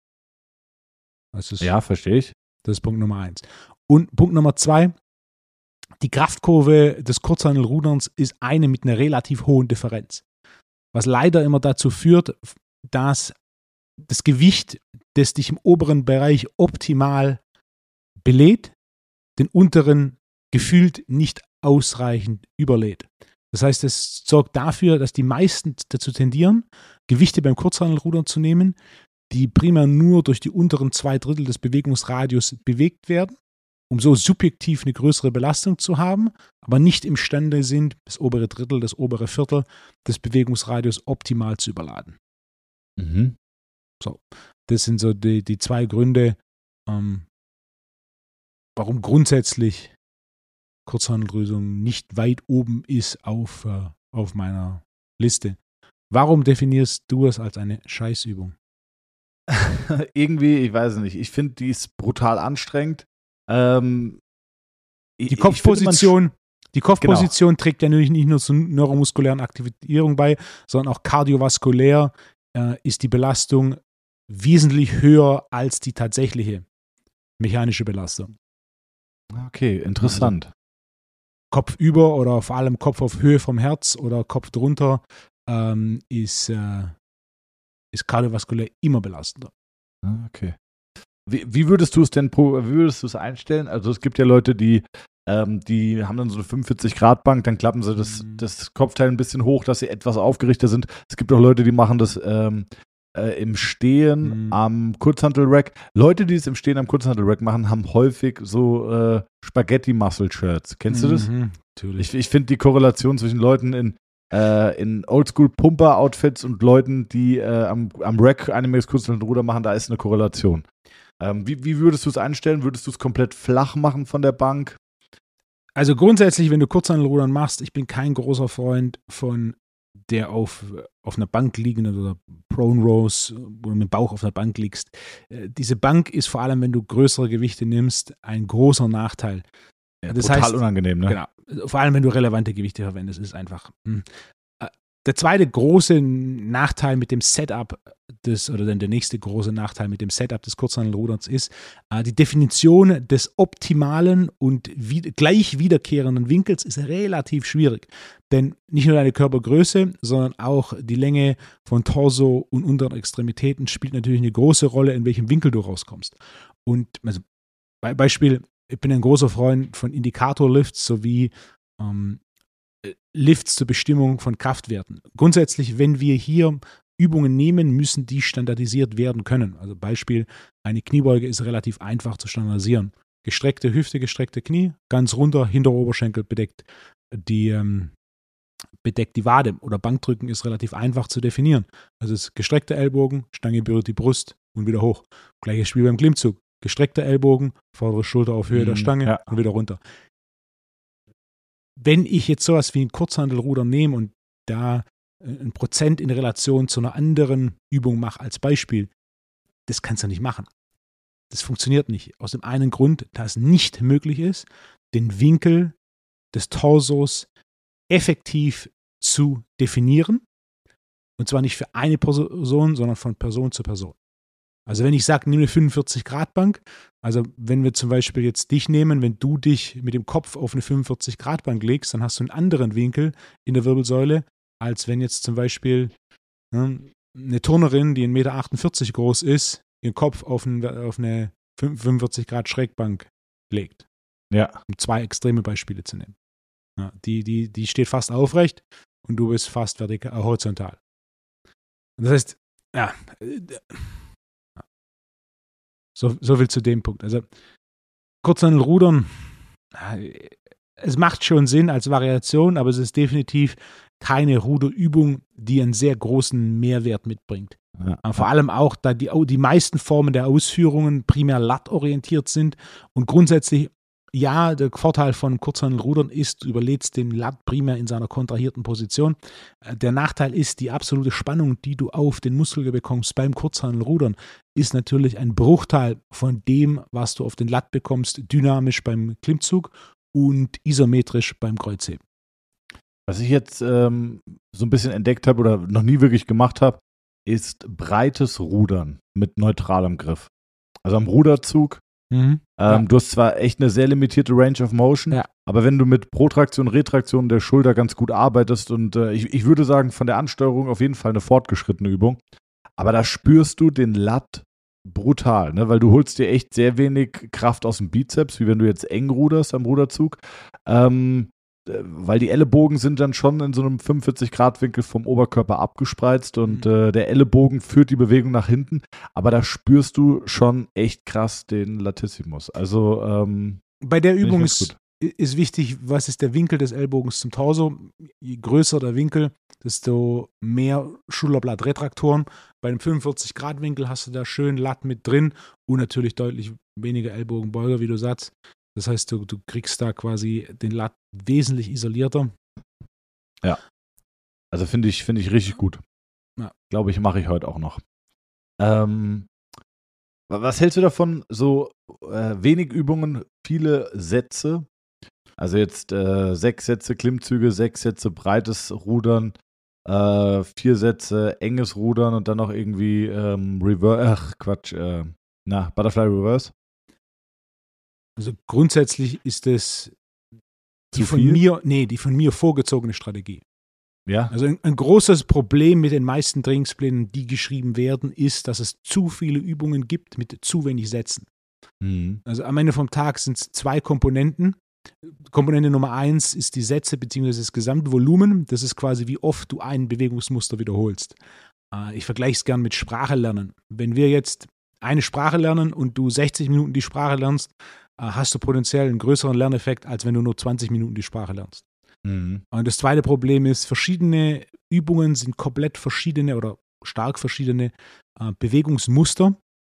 Ja, verstehe ich. Das ist Punkt Nummer 1. Und Punkt Nummer 2, die Kraftkurve des Kurzhantelruderns ist eine mit einer relativ hohen Differenz. was leider immer dazu führt, dass das Gewicht, das dich im oberen Bereich optimal belädt, den unteren gefühlt nicht ausreichend überlädt. Das heißt, es sorgt dafür, dass die meisten dazu tendieren, Gewichte beim Kurzhantelrudern zu nehmen, die primär nur durch die unteren 2/3 des Bewegungsradius bewegt werden, um so subjektiv eine größere Belastung zu haben, aber nicht imstande sind, das obere Drittel, das obere Viertel des Bewegungsradius optimal zu überladen. Mhm. So, das sind so die zwei Gründe, warum grundsätzlich Kurzhanteldrüsung nicht weit oben ist auf meiner Liste. Warum definierst du es als eine Scheißübung? Irgendwie, ich weiß es nicht. Ich finde, die ist brutal anstrengend. Die Kopfposition trägt ja nicht nur zur neuromuskulären Aktivierung bei, sondern auch kardiovaskulär ist die Belastung wesentlich höher als die tatsächliche mechanische Belastung. Okay, interessant. Also Kopf über oder vor allem Kopf auf Höhe vom Herz oder Kopf drunter ist kardiovaskulär immer belastender. Okay. Wie würdest du es denn einstellen? Also es gibt ja Leute, die haben dann so eine 45-Grad-Bank, dann klappen sie das Kopfteil ein bisschen hoch, dass sie etwas aufgerichtet sind. Es gibt auch Leute, die machen das im Stehen am Kurzhantel-Rack. Leute, die es im Stehen am Kurzhantel-Rack machen, haben häufig so Spaghetti-Muscle-Shirts. Kennst du das? Natürlich. Ich finde die Korrelation zwischen Leuten in Oldschool-Pumper-Outfits und Leuten, die am Rack Animax Kurzhantelruder machen, da ist eine Korrelation. Wie würdest du es einstellen? Würdest du es komplett flach machen von der Bank? Also grundsätzlich, wenn du Kurzhantelrudern machst, ich bin kein großer Freund von der auf einer Bank liegenden oder Prone Rows, wo du mit dem Bauch auf einer Bank liegst. Diese Bank ist vor allem, wenn du größere Gewichte nimmst, ein großer Nachteil. Ja, das total heißt, unangenehm, ne? Genau. Vor allem, wenn du relevante Gewichte verwendest, ist es einfach. Der zweite große Nachteil mit dem Setup oder der nächste große Nachteil mit dem Setup des Kurzhantelruderns ist, die Definition des optimalen und gleich wiederkehrenden Winkels ist relativ schwierig. Denn nicht nur deine Körpergröße, sondern auch die Länge von Torso und unteren Extremitäten spielt natürlich eine große Rolle, in welchem Winkel du rauskommst. Und also, Beispiel, ich bin ein großer Freund von Indikatorlifts sowie Lifts zur Bestimmung von Kraftwerten. Grundsätzlich, wenn wir hier Übungen nehmen, müssen die standardisiert werden können. Also Beispiel, eine Kniebeuge ist relativ einfach zu standardisieren. Gestreckte Hüfte, gestreckte Knie, ganz runter, hinter Oberschenkel bedeckt die Wade. Oder Bankdrücken ist relativ einfach zu definieren. Also es ist gestreckter Ellbogen, Stange berührt die Brust und wieder hoch. Gleiches Spiel beim Klimmzug. Gestreckter Ellbogen, vordere Schulter auf Höhe der Stange und wieder runter. Wenn ich jetzt sowas wie ein Kurzhantelruder nehme und da ein Prozent in Relation zu einer anderen Übung mache als Beispiel, das kannst du nicht machen. Das funktioniert nicht. Aus dem einen Grund, da es nicht möglich ist, den Winkel des Torsos effektiv zu definieren. Und zwar nicht für eine Person, sondern von Person zu Person. Also wenn ich sage, nimm eine 45-Grad-Bank, also wenn wir zum Beispiel jetzt dich nehmen, wenn du dich mit dem Kopf auf eine 45-Grad-Bank legst, dann hast du einen anderen Winkel in der Wirbelsäule, als wenn jetzt zum Beispiel eine Turnerin, die 1,48 Meter groß ist, ihren Kopf auf eine 45-Grad-Schrägbank legt. Ja. Um zwei extreme Beispiele zu nehmen. Ja, die steht fast aufrecht und du bist fast horizontal. Das heißt, ja, so viel zu dem Punkt. Also Kurzhantelrudern, es macht schon Sinn als Variation, aber es ist definitiv keine Ruderübung, die einen sehr großen Mehrwert mitbringt. Ja. Vor allem auch, da die meisten Formen der Ausführungen primär lattorientiert sind und grundsätzlich, ja, der Vorteil von Kurzhantelrudern ist, du überlädst den Lat primär in seiner kontrahierten Position. Der Nachteil ist, die absolute Spannung, die du auf den Muskel bekommst beim Kurzhantelrudern, ist natürlich ein Bruchteil von dem, was du auf den Lat bekommst, dynamisch beim Klimmzug und isometrisch beim Kreuzheben. Was ich jetzt so ein bisschen entdeckt habe oder noch nie wirklich gemacht habe, ist breites Rudern mit neutralem Griff. Also am Ruderzug Mhm. Du hast zwar echt eine sehr limitierte Range of Motion, Ja. aber wenn du mit Protraktion, Retraktion der Schulter ganz gut arbeitest und ich würde sagen, von der Ansteuerung auf jeden Fall eine fortgeschrittene Übung, aber da spürst du den Lat brutal, ne? Weil du holst dir echt sehr wenig Kraft aus dem Bizeps, wie wenn du jetzt eng ruderst am Ruderzug, weil die Ellenbogen sind dann schon in so einem 45-Grad-Winkel vom Oberkörper abgespreizt und der Ellenbogen führt die Bewegung nach hinten, aber da spürst du schon echt krass den Latissimus. Also Bei der Übung ganz ist wichtig, was ist der Winkel des Ellbogens zum Torso. Je größer der Winkel, desto mehr Schulterblattretraktoren. Bei einem 45-Grad-Winkel hast du da schön Lat mit drin und natürlich deutlich weniger Ellbogenbeuger, wie du sagst. Das heißt, du kriegst da quasi den Lat wesentlich isolierter. Also finde ich richtig gut. Ja. Glaube ich, mache ich heute auch noch. Was hältst du davon? So wenig Übungen, viele Sätze. Also jetzt 6 Sätze Klimmzüge, 6 Sätze breites Rudern, 4 Sätze enges Rudern und dann noch irgendwie Butterfly Reverse. Also grundsätzlich ist es die Zu von mir vorgezogene Strategie. Ja. Also ein großes Problem mit den meisten Trainingsplänen, die geschrieben werden, ist, dass es zu viele Übungen gibt mit zu wenig Sätzen. Mhm. Also am Ende vom Tag sind es 2 Komponenten. Komponente Nummer 1 ist die Sätze bzw. das Gesamtvolumen. Das ist quasi, wie oft du ein Bewegungsmuster wiederholst. Ich vergleiche es gern mit Sprache lernen. Wenn wir jetzt eine Sprache lernen und du 60 Minuten die Sprache lernst, hast du potenziell einen größeren Lerneffekt, als wenn du nur 20 Minuten die Sprache lernst. Mhm. Und das zweite Problem ist, verschiedene Übungen sind komplett verschiedene oder stark verschiedene Bewegungsmuster,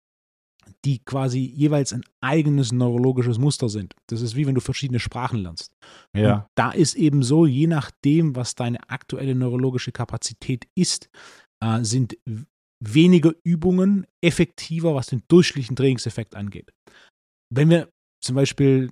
die quasi jeweils ein eigenes neurologisches Muster sind. Das ist wie wenn du verschiedene Sprachen lernst. Ja. Und da ist eben so, je nachdem, was deine aktuelle neurologische Kapazität ist, sind weniger Übungen effektiver, was den durchschnittlichen Trainingseffekt angeht. Wenn wir zum Beispiel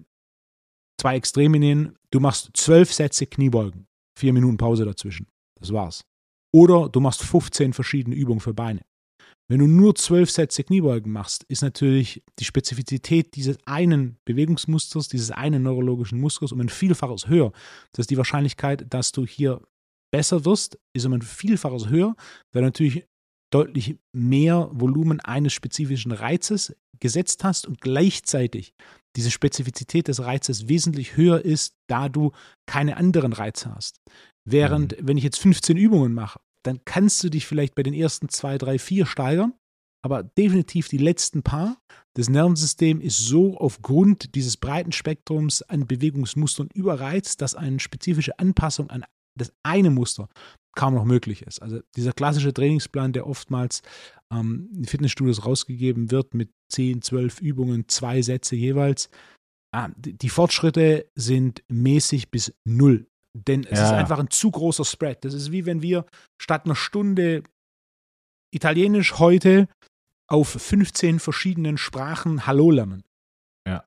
2 Extreme nehmen, du machst 12 Sätze Kniebeugen, 4 Minuten Pause dazwischen. Das war's. Oder du machst 15 verschiedene Übungen für Beine. Wenn du nur 12 Sätze Kniebeugen machst, ist natürlich die Spezifität dieses einen Bewegungsmusters, dieses einen neurologischen Musters um ein Vielfaches höher. Das heißt, die Wahrscheinlichkeit, dass du hier besser wirst, ist um ein Vielfaches höher, weil du natürlich deutlich mehr Volumen eines spezifischen Reizes gesetzt hast und gleichzeitig diese Spezifität des Reizes wesentlich höher ist, da du keine anderen Reize hast. Während, wenn ich jetzt 15 Übungen mache, dann kannst du dich vielleicht bei den ersten 2, 3, 4 steigern, aber definitiv die letzten paar. Das Nervensystem ist so aufgrund dieses breiten Spektrums an Bewegungsmustern überreizt, dass eine spezifische Anpassung an das eine Muster kaum noch möglich ist. Also dieser klassische Trainingsplan, der oftmals in Fitnessstudios rausgegeben wird mit 10, 12 Übungen, 2 Sätze jeweils, die Fortschritte sind mäßig bis 0. Denn es ist einfach ein zu großer Spread. Das ist wie wenn wir statt einer Stunde Italienisch heute auf 15 verschiedenen Sprachen Hallo lernen. Ja.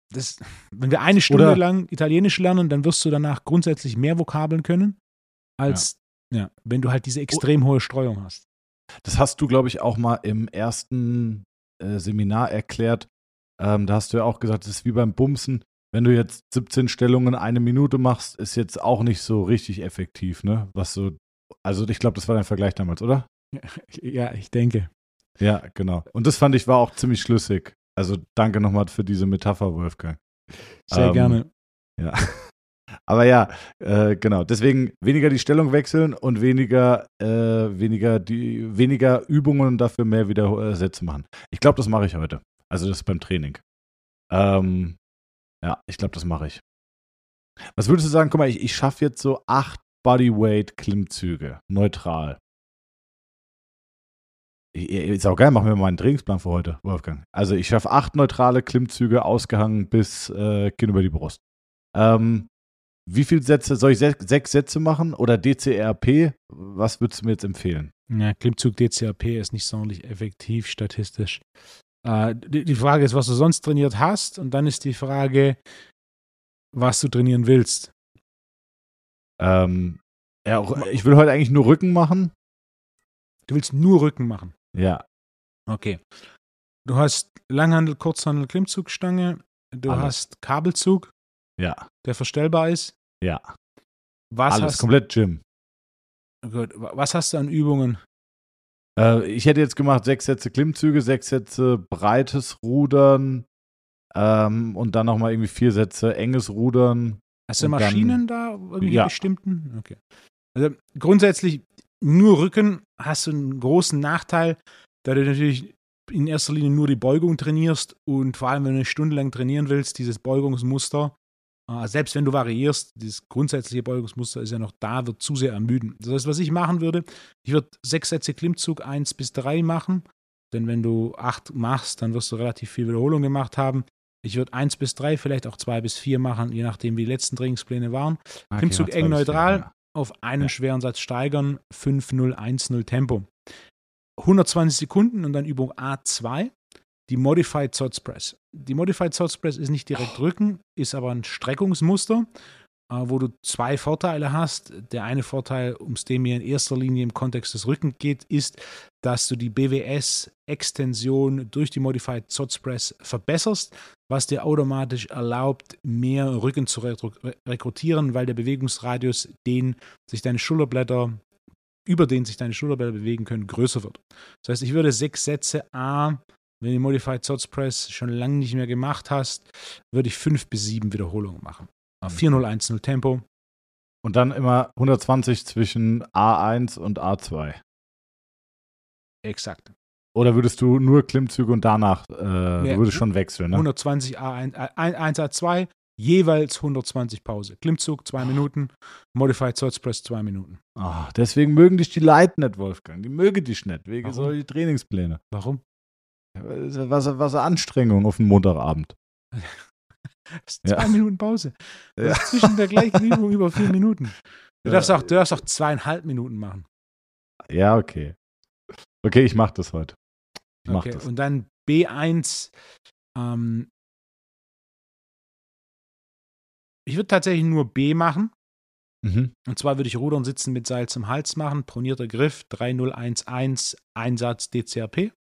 Wenn wir eine Stunde lang Italienisch lernen, dann wirst du danach grundsätzlich mehr Vokabeln können, als wenn du halt diese extrem hohe Streuung hast. Das hast du, glaube ich, auch mal im ersten Seminar erklärt. Da hast du ja auch gesagt, das ist wie beim Bumsen. Wenn du jetzt 17 Stellungen 1 Minute machst, ist jetzt auch nicht so richtig effektiv, ne? Also ich glaube, das war dein Vergleich damals, oder? Ja, ich denke. Ja, genau. Und das fand ich war auch ziemlich schlüssig. Also danke nochmal für diese Metapher, Wolfgang. Sehr gerne. Ja. Aber ja, genau. Deswegen weniger die Stellung wechseln und weniger Übungen und dafür mehr Sätze machen. Ich glaube, das mache ich heute. Also das ist beim Training. Ja, ich glaube, das mache ich. Was würdest du sagen? Guck mal, ich schaffe jetzt so 8 Bodyweight-Klimmzüge, neutral. Ist auch geil, machen wir mal einen Trainingsplan für heute, Wolfgang. Also ich schaffe 8 neutrale Klimmzüge, ausgehangen bis Kinn über die Brust. Wie viele Sätze, soll ich 6 Sätze machen oder DCRP? Was würdest du mir jetzt empfehlen? Ja, Klimmzug DCRP ist nicht sonderlich effektiv statistisch. Die Frage ist, was du sonst trainiert hast, und dann ist die Frage, was du trainieren willst. Ich will heute eigentlich nur Rücken machen. Du willst nur Rücken machen? Ja. Okay. Du hast Langhandel, Kurzhandel, Klimmzugstange. Du hast Kabelzug, der verstellbar ist. Ja. Alles komplett Gym. Gut. Was hast du an Übungen? Ich hätte jetzt gemacht 6 Sätze Klimmzüge, 6 Sätze breites Rudern und dann nochmal irgendwie 4 Sätze enges Rudern. Hast du Maschinen da? Irgendwie bestimmten? Okay. Also grundsätzlich nur Rücken hast du einen großen Nachteil, da du natürlich in erster Linie nur die Beugung trainierst und vor allem, wenn du eine Stunde lang trainieren willst, dieses Beugungsmuster, selbst wenn du variierst, dieses grundsätzliche Beugungsmuster ist ja noch da, wird zu sehr ermüden. Das heißt, was ich machen würde, ich würde 6 Sätze Klimmzug 1 bis 3 machen, denn wenn du 8 machst, dann wirst du relativ viel Wiederholung gemacht haben. Ich würde 1 bis 3, vielleicht auch 2 bis 4 machen, je nachdem, wie die letzten Trainingspläne waren. Okay, Klimmzug eng neutral, auf einen schweren Satz steigern, 5-0-1-0 Tempo. 120 Sekunden und dann Übung A2, die Modified Sod Press. Die Modified Sod Press ist nicht direkt Rücken, ist aber ein Streckungsmuster, wo du 2 Vorteile hast. Der eine Vorteil, um es dem hier in erster Linie im Kontext des Rückens geht, ist, dass du die BWS-Extension durch die Modified Sod Press verbesserst, was dir automatisch erlaubt, mehr Rücken zu rekrutieren, weil der Bewegungsradius, über den sich deine Schulterblätter bewegen können, größer wird. Das heißt, ich würde 6 Sätze wenn du die Modified Sod Press schon lange nicht mehr gemacht hast, würde ich 5 bis 7 Wiederholungen machen. 4-0-1-0 Tempo. Und dann immer 120 zwischen A1 und A2. Exakt. Oder würdest du nur Klimmzüge und danach, du würdest schon wechseln, ne? 120 A1, A2, jeweils 120 Pause. Klimmzug 2 Minuten, Modified Sod Press 2 Minuten. Deswegen mögen dich die Leute nicht, Wolfgang. Die mögen dich nicht, wegen solcher Trainingspläne. Warum? Was Anstrengung auf den Montagabend. 2 Minuten Pause. Das ist zwischen der gleichen Übung über 4 Minuten. Du darfst auch 2,5 Minuten machen. Ja, okay. Okay, ich mach das heute. Ich mach das. Und dann B1. Ich würde tatsächlich nur B machen. Mhm. Und zwar würde ich Rudern sitzen mit Seil zum Hals machen, pronierter Griff, 3-0-1-1, Einsatz DCRP.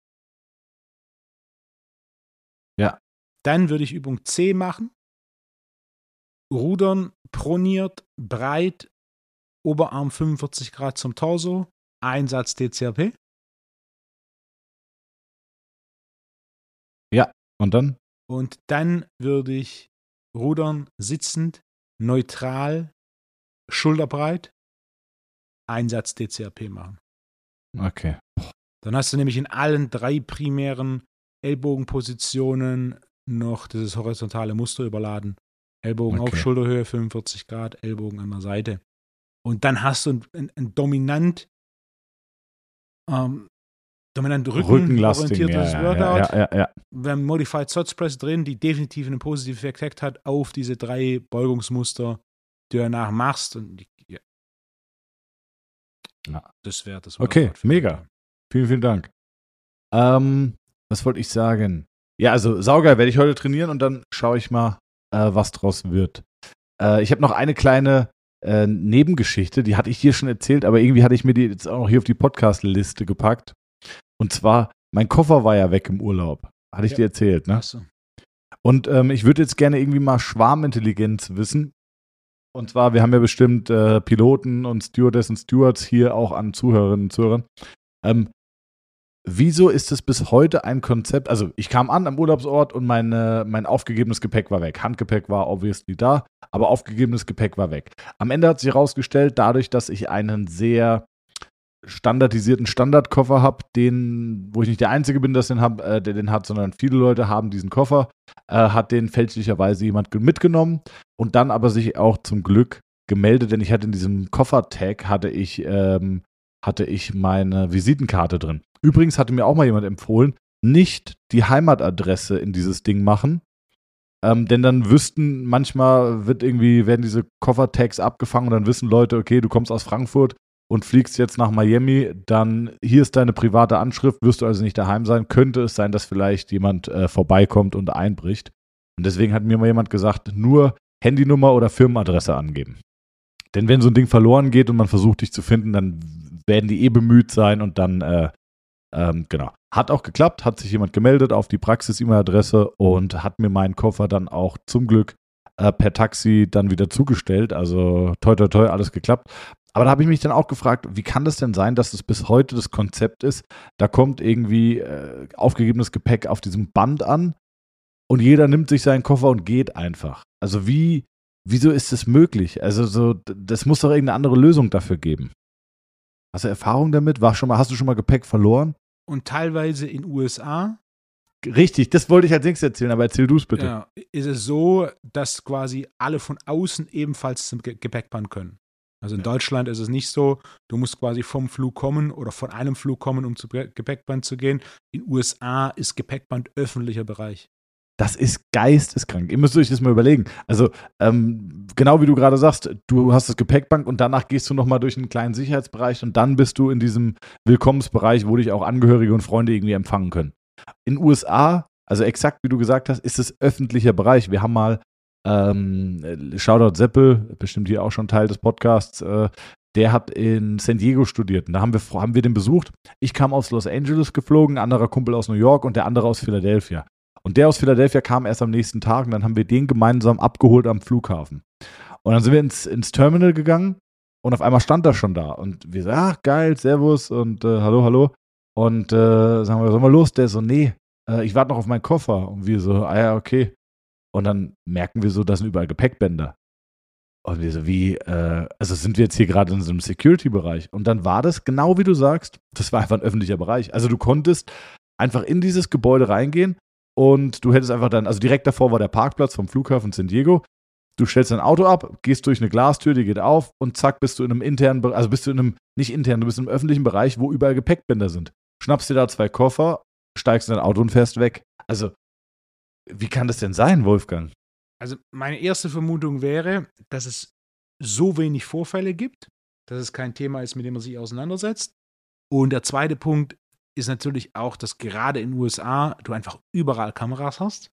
Ja. Dann würde ich Übung C machen. Rudern, proniert, breit, Oberarm 45 Grad zum Torso, Einsatz DCRP. Ja, und dann? Und dann würde ich Rudern sitzend, neutral, schulterbreit, Einsatz DCRP machen. Okay. Dann hast du nämlich in allen 3 primären Ellbogenpositionen noch dieses horizontale Muster überladen. Ellbogen auf Schulterhöhe, 45 Grad, Ellbogen an der Seite. Und dann hast du ein dominant rückenorientiertes Workout. Ja. Wir haben Modified Sod Press drin, die definitiv einen positiven Effekt hat auf diese 3 Beugungsmuster, die du danach machst. Und das wäre das Workout. Okay, mega. Vielen, vielen Dank. Was wollte ich sagen? Ja, also saugeil, werde ich heute trainieren und dann schaue ich mal, was draus wird. Ich habe noch eine kleine Nebengeschichte, die hatte ich dir schon erzählt, aber irgendwie hatte ich mir die jetzt auch noch hier auf die Podcast-Liste gepackt. Und zwar, mein Koffer war ja weg im Urlaub. Hatte ich dir erzählt, ne? So. Und ich würde jetzt gerne irgendwie mal Schwarmintelligenz wissen. Und zwar, wir haben ja bestimmt Piloten und Stewardess und Stewards hier auch an Zuhörerinnen und Zuhörern. Wieso ist es bis heute ein Konzept? Also ich kam an am Urlaubsort und mein aufgegebenes Gepäck war weg. Handgepäck war obviously da, aber aufgegebenes Gepäck war weg. Am Ende hat sich herausgestellt, dadurch, dass ich einen sehr standardisierten Standardkoffer habe, wo ich nicht der Einzige bin, der den hat, sondern viele Leute haben diesen Koffer, hat den fälschlicherweise jemand mitgenommen und dann aber sich auch zum Glück gemeldet, denn ich hatte in diesem Koffertag hatte ich meine Visitenkarte drin. Übrigens hatte mir auch mal jemand empfohlen, nicht die Heimatadresse in dieses Ding machen, denn dann manchmal werden diese Koffertags abgefangen und dann wissen Leute, okay, du kommst aus Frankfurt und fliegst jetzt nach Miami, dann hier ist deine private Anschrift, wirst du also nicht daheim sein, könnte es sein, dass vielleicht jemand vorbeikommt und einbricht. Und deswegen hat mir mal jemand gesagt, nur Handynummer oder Firmenadresse angeben. Denn wenn so ein Ding verloren geht und man versucht, dich zu finden, dann werden die bemüht sein und dann, genau. Hat auch geklappt, hat sich jemand gemeldet auf die Praxis-E-Mail-Adresse und hat mir meinen Koffer dann auch zum Glück per Taxi dann wieder zugestellt. Also toi, toi, toi, alles geklappt. Aber da habe ich mich dann auch gefragt, wie kann das denn sein, dass es bis heute das Konzept ist, da kommt irgendwie aufgegebenes Gepäck auf diesem Band an und jeder nimmt sich seinen Koffer und geht einfach. Also wieso ist das möglich? Also das muss doch irgendeine andere Lösung dafür geben. Hast du Erfahrung damit? Hast du schon mal Gepäck verloren? Und teilweise in USA Richtig, das wollte ich als nächstes erzählen, aber erzähl du es bitte. ja, ist es so, dass quasi alle von außen ebenfalls zum Gepäckband können. Also in Deutschland ist es nicht so, du musst quasi vom Flug kommen oder von einem Flug kommen, um zum Gepäckband zu gehen. In USA ist Gepäckband öffentlicher Bereich. Das ist geisteskrank. Ihr müsst euch das mal überlegen. Also, genau wie du gerade sagst, du hast das Gepäckband und danach gehst du nochmal durch einen kleinen Sicherheitsbereich und dann bist du in diesem Willkommensbereich, wo dich auch Angehörige und Freunde irgendwie empfangen können. In den USA, also exakt wie du gesagt hast, ist es öffentlicher Bereich. Wir haben mal, Shoutout Seppel, bestimmt hier auch schon Teil des Podcasts, der hat in San Diego studiert und da haben wir den besucht. Ich kam aus Los Angeles geflogen, ein anderer Kumpel aus New York und der andere aus Philadelphia. Und der aus Philadelphia kam erst am nächsten Tag und dann haben wir den gemeinsam abgeholt am Flughafen. Und dann sind wir ins Terminal gegangen und auf einmal stand er schon da. Und wir so, ach geil, servus und hallo. Und sagen wir, sollen wir los? Der so, nee, ich warte noch auf meinen Koffer. Und wir so, ah ja, okay. Und dann merken wir so, da sind überall Gepäckbänder. Und wir so, also sind wir jetzt hier gerade in so einem Security-Bereich? Und dann war das, genau wie du sagst, das war einfach ein öffentlicher Bereich. Also du konntest einfach in dieses Gebäude reingehen und du hättest einfach dann, also direkt davor war der Parkplatz vom Flughafen San Diego. Du stellst dein Auto ab, gehst durch eine Glastür, die geht auf und zack, bist du in einem internen Bereich, also bist du in einem, nicht intern, du bist in einem öffentlichen Bereich, wo überall Gepäckbänder sind. Schnappst dir da 2 Koffer, steigst in dein Auto und fährst weg. Also, wie kann das denn sein, Wolfgang? Also meine erste Vermutung wäre, dass es so wenig Vorfälle gibt, dass es kein Thema ist, mit dem man sich auseinandersetzt. Und der zweite Punkt ist natürlich auch, dass gerade in den USA du einfach überall Kameras hast.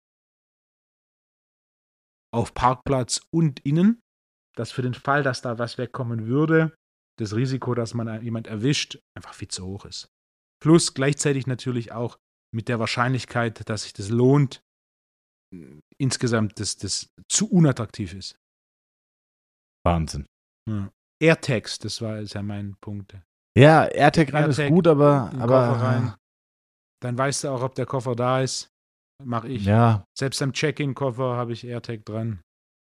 Auf Parkplatz und innen. Dass für den Fall, dass da was wegkommen würde, das Risiko, dass man jemand erwischt, einfach viel zu hoch ist. Plus gleichzeitig natürlich auch mit der Wahrscheinlichkeit, dass sich das lohnt, insgesamt das zu unattraktiv ist. Wahnsinn. Ja. AirTags, das war jetzt ja mein Punkt. Ja, AirTag rein ist gut, aber Koffer rein. Dann weißt du auch, ob der Koffer da ist. Mache ich. Ja. Selbst am Check-in-Koffer habe ich AirTag dran.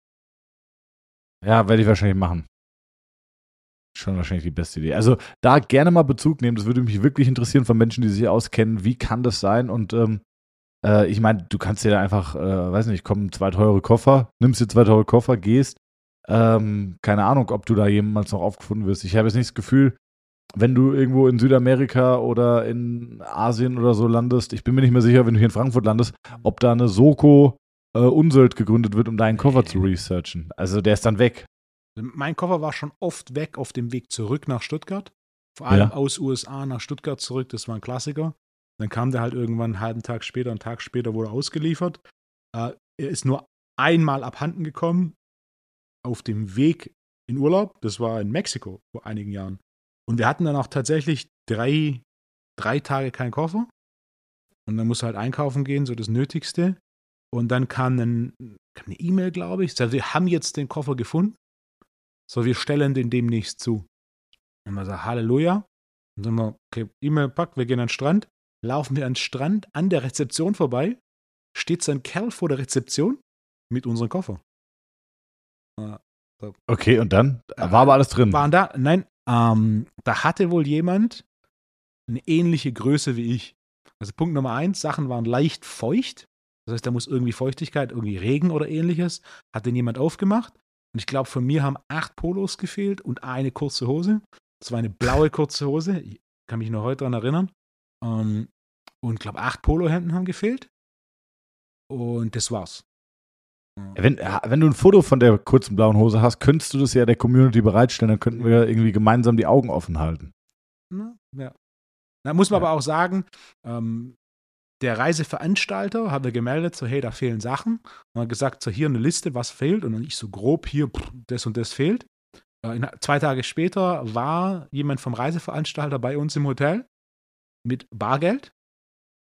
Ja, werde ich wahrscheinlich machen. Schon wahrscheinlich die beste Idee. Also da gerne mal Bezug nehmen. Das würde mich wirklich interessieren von Menschen, die sich auskennen. Wie kann das sein? Und ich meine, du kannst dir da einfach, weiß nicht, kommen 2 teure Koffer, nimmst dir 2 teure Koffer, gehst. Keine Ahnung, ob du da jemals noch aufgefunden wirst. Ich habe jetzt nicht das Gefühl, wenn du irgendwo in Südamerika oder in Asien oder so landest, ich bin mir nicht mehr sicher, wenn du hier in Frankfurt landest, ob da eine Soko Unsöld gegründet wird, um deinen Koffer zu researchen. Also der ist dann weg. Mein Koffer war schon oft weg auf dem Weg zurück nach Stuttgart. Vor allem aus USA nach Stuttgart zurück, das war ein Klassiker. Dann kam der halt irgendwann einen Tag später wurde er ausgeliefert. Er ist nur einmal abhanden gekommen auf dem Weg in Urlaub. Das war in Mexiko vor einigen Jahren. Und wir hatten dann auch tatsächlich 3 Tage keinen Koffer. Und dann musst du halt einkaufen gehen, so das Nötigste. Und dann kam eine E-Mail, glaube ich. Also, wir haben jetzt den Koffer gefunden. So, wir stellen den demnächst zu. Und man sagt, Halleluja. Und dann sagen wir, okay, E-Mail packt, wir gehen an den Strand. Laufen wir an den Strand, an der Rezeption vorbei. Steht so ein Kerl vor der Rezeption mit unserem Koffer. Okay, und dann? War aber alles drin. Waren da? Nein, da hatte wohl jemand eine ähnliche Größe wie ich. Also Punkt Nummer 1, Sachen waren leicht feucht. Das heißt, da muss irgendwie Feuchtigkeit, irgendwie Regen oder ähnliches. Hat den jemand aufgemacht. Und ich glaube, von mir haben 8 Polos gefehlt und eine kurze Hose. Das war eine blaue kurze Hose. Ich kann mich noch heute daran erinnern. Und ich glaube, 8 Polohemden haben gefehlt. Und das war's. Wenn du ein Foto von der kurzen blauen Hose hast, könntest du das ja der Community bereitstellen, dann könnten wir irgendwie gemeinsam die Augen offen halten. Ja. Da muss man aber auch sagen, der Reiseveranstalter hat gemeldet, so hey, da fehlen Sachen. Und hat gesagt, so hier eine Liste, was fehlt. Und dann ich so grob, hier, das und das fehlt. 2 Tage später war jemand vom Reiseveranstalter bei uns im Hotel mit Bargeld.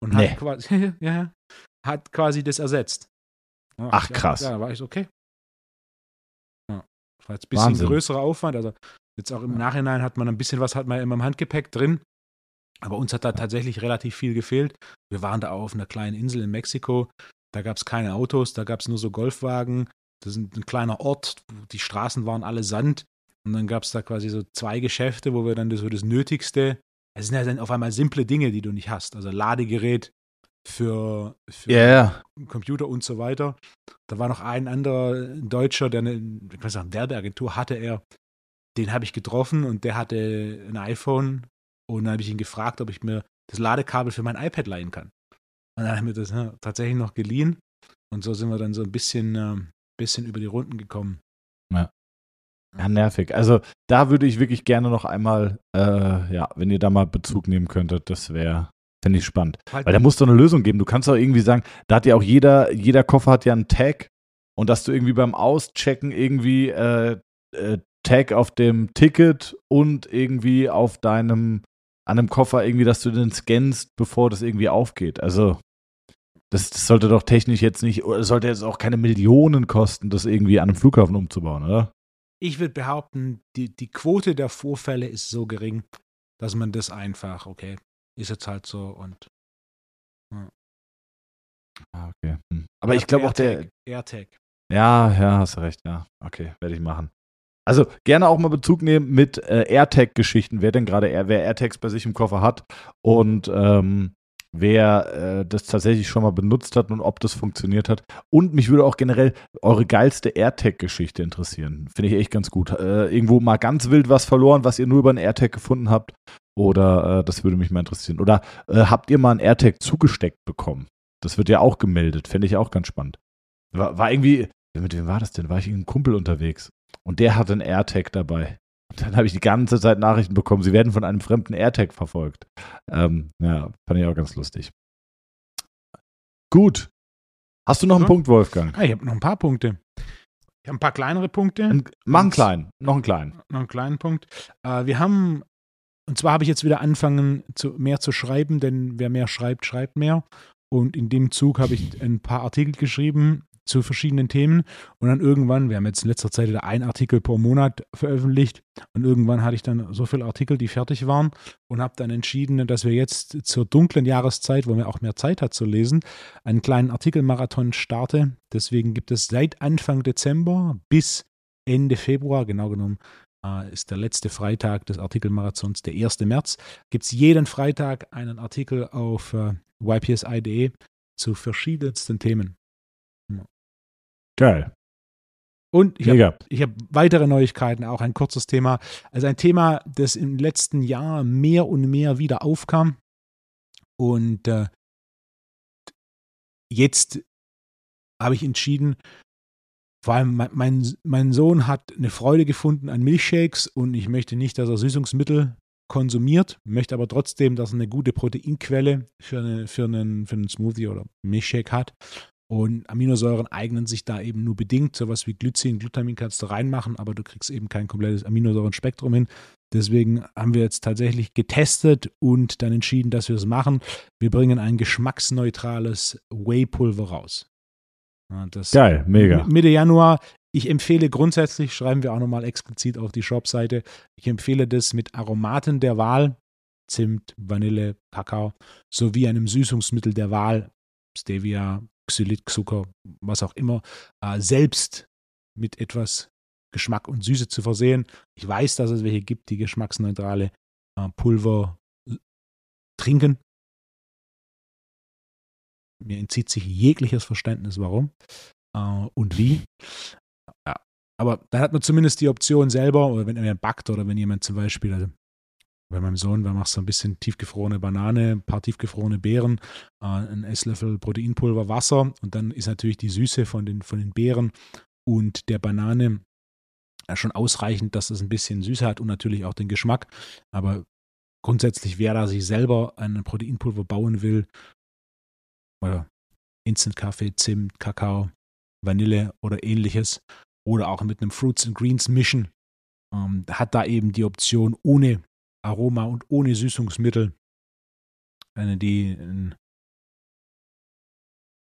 und Nee. hat quasi, ja, hat quasi das ersetzt. Ja, Ach, krass. Ja, da war ich so, okay. Ja, das war jetzt ein bisschen Wahnsinn. größerer Aufwand. Also jetzt auch im Nachhinein hat man ein bisschen was hat man immer im Handgepäck drin. Aber uns hat da tatsächlich relativ viel gefehlt. Wir waren da auch auf einer kleinen Insel in Mexiko. Da gab es keine Autos, da gab es nur so Golfwagen. Das ist ein kleiner Ort. Die Straßen waren alle Sand. Und dann gab es da quasi so 2 Geschäfte, wo wir dann so das Nötigste. Es sind ja dann auf einmal simple Dinge, die du nicht hast. Also Ladegerät für Ja. Computer und so weiter. Da war noch ein anderer Deutscher, der eine Werbeagentur hatte er. Den habe ich getroffen und der hatte ein iPhone. Und dann habe ich ihn gefragt, ob ich mir das Ladekabel für mein iPad leihen kann. Und dann haben wir das tatsächlich noch geliehen. Und so sind wir dann so ein bisschen über die Runden gekommen. Ja, nervig. Also da würde ich wirklich gerne noch einmal, wenn ihr da mal Bezug nehmen könntet, fände ich spannend. Halt, Weil da muss doch eine Lösung geben. Du kannst doch irgendwie sagen, da hat ja auch jeder Koffer hat ja einen Tag und dass du irgendwie beim Auschecken irgendwie Tag auf dem Ticket und irgendwie an einem Koffer irgendwie, dass du den scannst, bevor das irgendwie aufgeht. Also das sollte doch technisch jetzt nicht, oder sollte jetzt auch keine Millionen kosten, das irgendwie an einem Flughafen umzubauen, oder? ich würde behaupten, die Quote der Vorfälle ist so gering, dass man das einfach, okay, ist jetzt halt so und Okay. Aber ich glaube auch AirTag. Ja, hast du recht, ja. Okay, werde ich machen. Also gerne auch mal Bezug nehmen mit AirTag-Geschichten, wer AirTags bei sich im Koffer hat und wer das tatsächlich schon mal benutzt hat und ob das funktioniert hat. Und mich würde auch generell eure geilste AirTag-Geschichte interessieren. Finde ich echt ganz gut. Irgendwo mal ganz wild was verloren, was ihr nur über einen AirTag gefunden habt. Oder das würde mich mal interessieren. Oder habt ihr mal einen AirTag zugesteckt bekommen? Das wird ja auch gemeldet. Fände ich auch ganz spannend. War irgendwie, mit wem war das denn? War ich mit einem Kumpel unterwegs und der hatte einen AirTag dabei. Und dann habe ich die ganze Zeit Nachrichten bekommen, sie werden von einem fremden AirTag verfolgt. Fand ich auch ganz lustig. Gut. Hast du noch einen Punkt, Wolfgang? Ich habe noch ein paar Punkte. Ich habe ein paar kleinere Punkte. Mach einen kleinen. Noch einen kleinen. Noch einen kleinen Punkt. Wir haben, und zwar habe ich jetzt wieder angefangen, mehr zu schreiben, denn wer mehr schreibt, schreibt mehr. Und in dem Zug habe ich ein paar Artikel geschrieben zu verschiedenen Themen. Und dann irgendwann, wir haben jetzt in letzter Zeit wieder einen Artikel pro Monat veröffentlicht. Und irgendwann hatte ich dann so viele Artikel, die fertig waren. Und habe dann entschieden, dass wir jetzt zur dunklen Jahreszeit, wo man auch mehr Zeit hat zu lesen, einen kleinen Artikelmarathon starten. Deswegen gibt es seit Anfang Dezember bis Ende Februar, genau genommen, ist der letzte Freitag des Artikelmarathons, der 1. März, gibt es jeden Freitag einen Artikel auf ypsi.de zu verschiedensten Themen. Geil. Und ich habe weitere Neuigkeiten, auch ein kurzes Thema. Also ein Thema, das im letzten Jahr mehr und mehr wieder aufkam. Und jetzt habe ich entschieden, vor allem mein Sohn hat eine Freude gefunden an Milchshakes und ich möchte nicht, dass er Süßungsmittel konsumiert, möchte aber trotzdem, dass er eine gute Proteinquelle für einen Smoothie oder Milchshake hat. Und Aminosäuren eignen sich da eben nur bedingt. Sowas wie Glycin, Glutamin kannst du reinmachen, aber du kriegst eben kein komplettes Aminosäurenspektrum hin. Deswegen haben wir jetzt tatsächlich getestet und dann entschieden, dass wir es machen. Wir bringen ein geschmacksneutrales Whey-Pulver raus. Geil, mega. Mitte Januar. Ich empfehle grundsätzlich, schreiben wir auch nochmal explizit auf die Shop-Seite, ich empfehle das mit Aromaten der Wahl, Zimt, Vanille, Kakao, sowie einem Süßungsmittel der Wahl, Stevia, Xylitzucker, was auch immer, selbst mit etwas Geschmack und Süße zu versehen. Ich weiß, dass es welche gibt, die geschmacksneutrale Pulver trinken. Mir entzieht sich jegliches Verständnis, warum und wie. Ja, aber dann hat man zumindest die Option selber, oder wenn er backt oder wenn jemand zum Beispiel, also bei meinem Sohn, da machst du ein bisschen tiefgefrorene Banane, ein paar tiefgefrorene Beeren, einen Esslöffel Proteinpulver, Wasser und dann ist natürlich die Süße von den Beeren und der Banane schon ausreichend, dass es ein bisschen Süße hat und natürlich auch den Geschmack. Aber grundsätzlich, wer da sich selber ein Proteinpulver bauen will, oder Instant-Kaffee, Zimt, Kakao, Vanille oder ähnliches oder auch mit einem Fruits and Greens mischen, hat da eben die Option ohne Aroma und ohne Süßungsmittel, die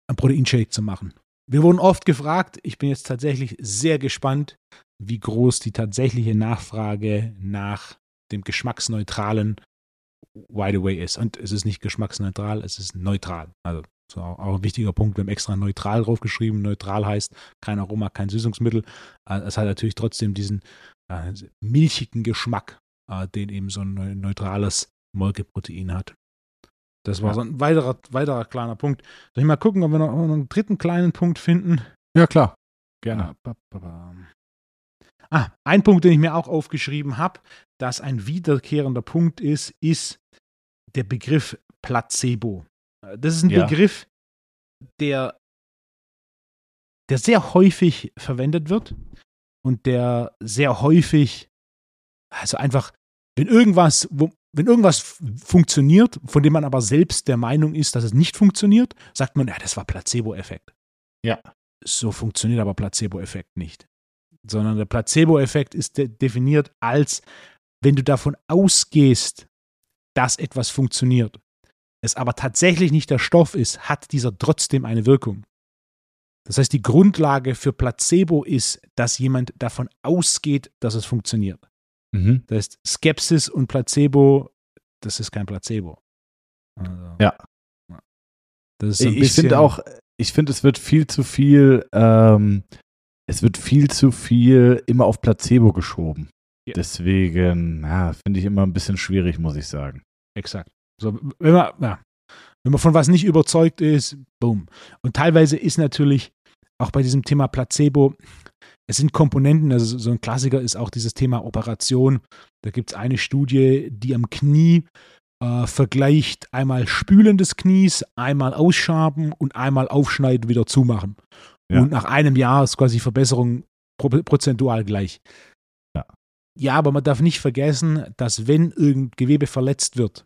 einen Proteinshake zu machen. Wir wurden oft gefragt, ich bin jetzt tatsächlich sehr gespannt, wie groß die tatsächliche Nachfrage nach dem geschmacksneutralen Wide Away ist. Und es ist nicht geschmacksneutral, es ist neutral. Also so auch ein wichtiger Punkt, wir haben extra neutral draufgeschrieben. Neutral heißt kein Aroma, kein Süßungsmittel. Es hat natürlich trotzdem diesen milchigen Geschmack, den eben so ein neutrales Molkeprotein hat. Das war so ein weiterer kleiner Punkt. Soll ich mal gucken, ob wir noch einen dritten kleinen Punkt finden? Ja, klar. Gerne. Ein Punkt, den ich mir auch aufgeschrieben habe, dass ein wiederkehrender Punkt ist der Begriff Placebo. Das ist ein Begriff, der sehr häufig verwendet wird und der sehr häufig, also einfach, wenn irgendwas funktioniert, von dem man aber selbst der Meinung ist, dass es nicht funktioniert, sagt man, ja, das war Placebo-Effekt. Ja. So funktioniert aber Placebo-Effekt nicht. Sondern der Placebo-Effekt ist definiert als, wenn du davon ausgehst, dass etwas funktioniert, es aber tatsächlich nicht der Stoff ist, hat dieser trotzdem eine Wirkung. Das heißt, die Grundlage für Placebo ist, dass jemand davon ausgeht, dass es funktioniert. Mhm. Das heißt, Skepsis und Placebo, das ist kein Placebo. Also, ja. Das ist so ich finde, es wird viel zu viel immer auf Placebo geschoben. Ja. Deswegen, finde ich immer ein bisschen schwierig, muss ich sagen. Exakt. So, wenn man von was nicht überzeugt ist, boom. Und teilweise ist natürlich auch bei diesem Thema Placebo, es sind Komponenten, also so ein Klassiker ist auch dieses Thema Operation. Da gibt es eine Studie, die am Knie vergleicht einmal Spülen des Knies, einmal Ausschaben und einmal Aufschneiden, wieder zumachen. Ja. Und nach einem Jahr ist quasi Verbesserung prozentual gleich. Ja, aber man darf nicht vergessen, dass wenn irgendein Gewebe verletzt wird,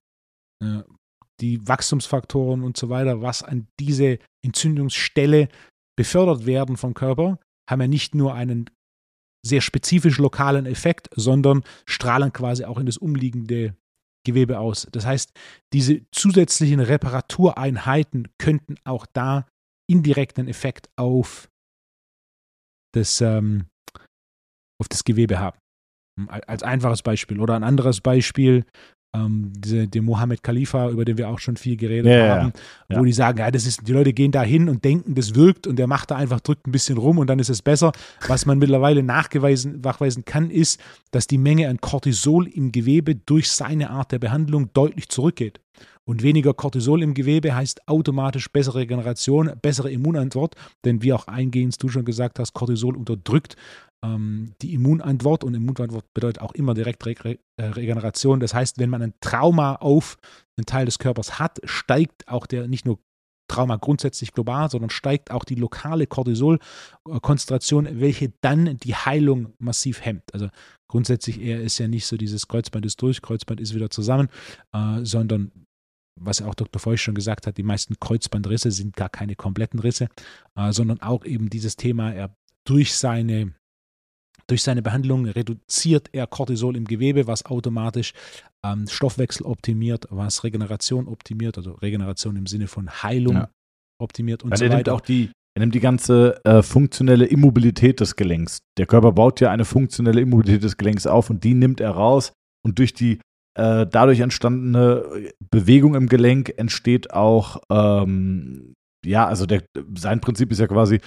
die Wachstumsfaktoren und so weiter, was an diese Entzündungsstelle befördert werden vom Körper, haben ja nicht nur einen sehr spezifisch lokalen Effekt, sondern strahlen quasi auch in das umliegende Gewebe aus. Das heißt, diese zusätzlichen Reparatureinheiten könnten auch da indirekten Effekt auf das Gewebe haben. Als einfaches Beispiel. Oder ein anderes Beispiel, der Mohammed Khalifa, über den wir auch schon viel geredet haben, wo die sagen, die Leute gehen da hin und denken, das wirkt und der macht da einfach, drückt ein bisschen rum und dann ist es besser. Was man mittlerweile nachweisen kann, ist, dass die Menge an Cortisol im Gewebe durch seine Art der Behandlung deutlich zurückgeht. Und weniger Cortisol im Gewebe heißt automatisch bessere Regeneration, bessere Immunantwort, denn wie auch eingehend du schon gesagt hast, Cortisol unterdrückt die Immunantwort und Immunantwort bedeutet auch immer direkt Regeneration. Das heißt, wenn man ein Trauma auf einen Teil des Körpers hat, steigt auch nicht nur Trauma grundsätzlich global, sondern steigt auch die lokale Cortisol-Konzentration, welche dann die Heilung massiv hemmt. Also grundsätzlich eher ist ja nicht so dieses Kreuzband ist durch, Kreuzband ist wieder zusammen, sondern was ja auch Dr. Feucht schon gesagt hat, die meisten Kreuzbandrisse sind gar keine kompletten Risse, sondern auch eben dieses Thema, durch seine Behandlung reduziert er Cortisol im Gewebe, was automatisch Stoffwechsel optimiert, was Regeneration optimiert, also Regeneration im Sinne von Heilung optimiert und so weiter. Er nimmt die ganze funktionelle Immobilität des Gelenks. Der Körper baut ja eine funktionelle Immobilität des Gelenks auf und die nimmt er raus und durch die dadurch entstandene Bewegung im Gelenk entsteht auch, sein Prinzip ist ja quasi,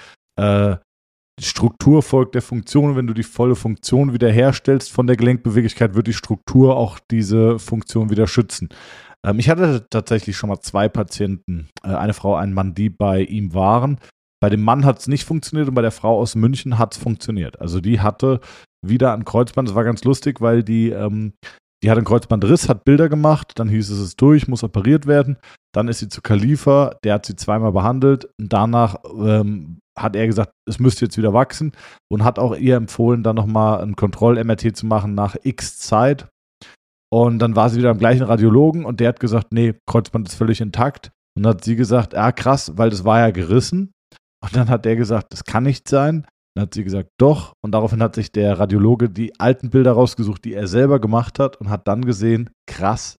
die Struktur folgt der Funktion. Wenn du die volle Funktion wiederherstellst von der Gelenkbeweglichkeit, wird die Struktur auch diese Funktion wieder schützen. Ich hatte tatsächlich schon mal 2 Patienten, eine Frau, ein Mann, die bei ihm waren. Bei dem Mann hat es nicht funktioniert und bei der Frau aus München hat es funktioniert. Also die hatte wieder ein Kreuzband. Das war ganz lustig, weil die hat einen Kreuzbandriss, hat Bilder gemacht, dann hieß es durch, muss operiert werden. Dann ist sie zu Khalifa, der hat sie 2-mal behandelt und danach hat er gesagt, es müsste jetzt wieder wachsen und hat auch ihr empfohlen, dann nochmal ein Kontroll-MRT zu machen nach X Zeit. Und dann war sie wieder am gleichen Radiologen und der hat gesagt, nee, Kreuzband ist völlig intakt. Und dann hat sie gesagt, krass, weil das war ja gerissen. Und dann hat der gesagt, das kann nicht sein. Dann hat sie gesagt, doch. Und daraufhin hat sich der Radiologe die alten Bilder rausgesucht, die er selber gemacht hat und hat dann gesehen, krass,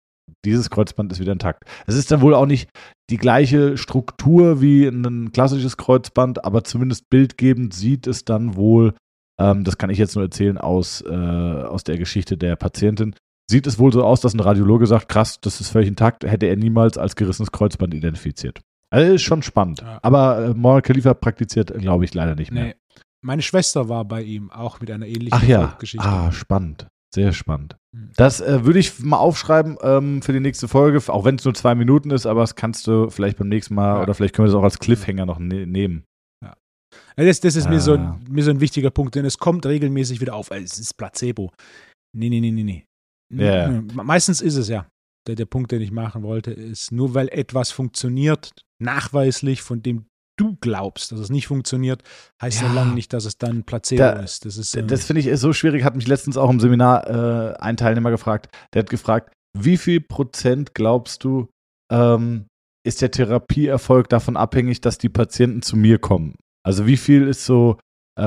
dieses Kreuzband ist wieder intakt. Es ist dann wohl auch nicht die gleiche Struktur wie ein klassisches Kreuzband, aber zumindest bildgebend sieht es dann wohl, das kann ich jetzt nur erzählen aus der Geschichte der Patientin, sieht es wohl so aus, dass ein Radiologe sagt, krass, das ist völlig intakt, hätte er niemals als gerissenes Kreuzband identifiziert. Also ist schon spannend. Ja. Aber Moral Khalifa praktiziert, glaube ich, leider nicht mehr. Nee. Meine Schwester war bei ihm, auch mit einer ähnlichen Ach ja, Geschichte. spannend. Sehr spannend. Mhm. Das würde ich mal aufschreiben für die nächste Folge, auch wenn es nur 2 Minuten ist, aber das kannst du vielleicht beim nächsten Mal oder vielleicht können wir das auch als Cliffhanger noch nehmen. Ja, das ist mir so ein wichtiger Punkt, denn es kommt regelmäßig wieder auf. Es ist Placebo. Nee. Ja. Meistens ist es ja. Der Punkt, den ich machen wollte, ist, nur weil etwas funktioniert, nachweislich, von dem du glaubst, dass es nicht funktioniert, heißt ja lange nicht, dass es dann Placebo ist. Das finde ich ist so schwierig, hat mich letztens auch im Seminar ein Teilnehmer gefragt. Der hat gefragt, wie viel Prozent glaubst du, ist der Therapieerfolg davon abhängig, dass die Patienten zu mir kommen? Also wie viel ist so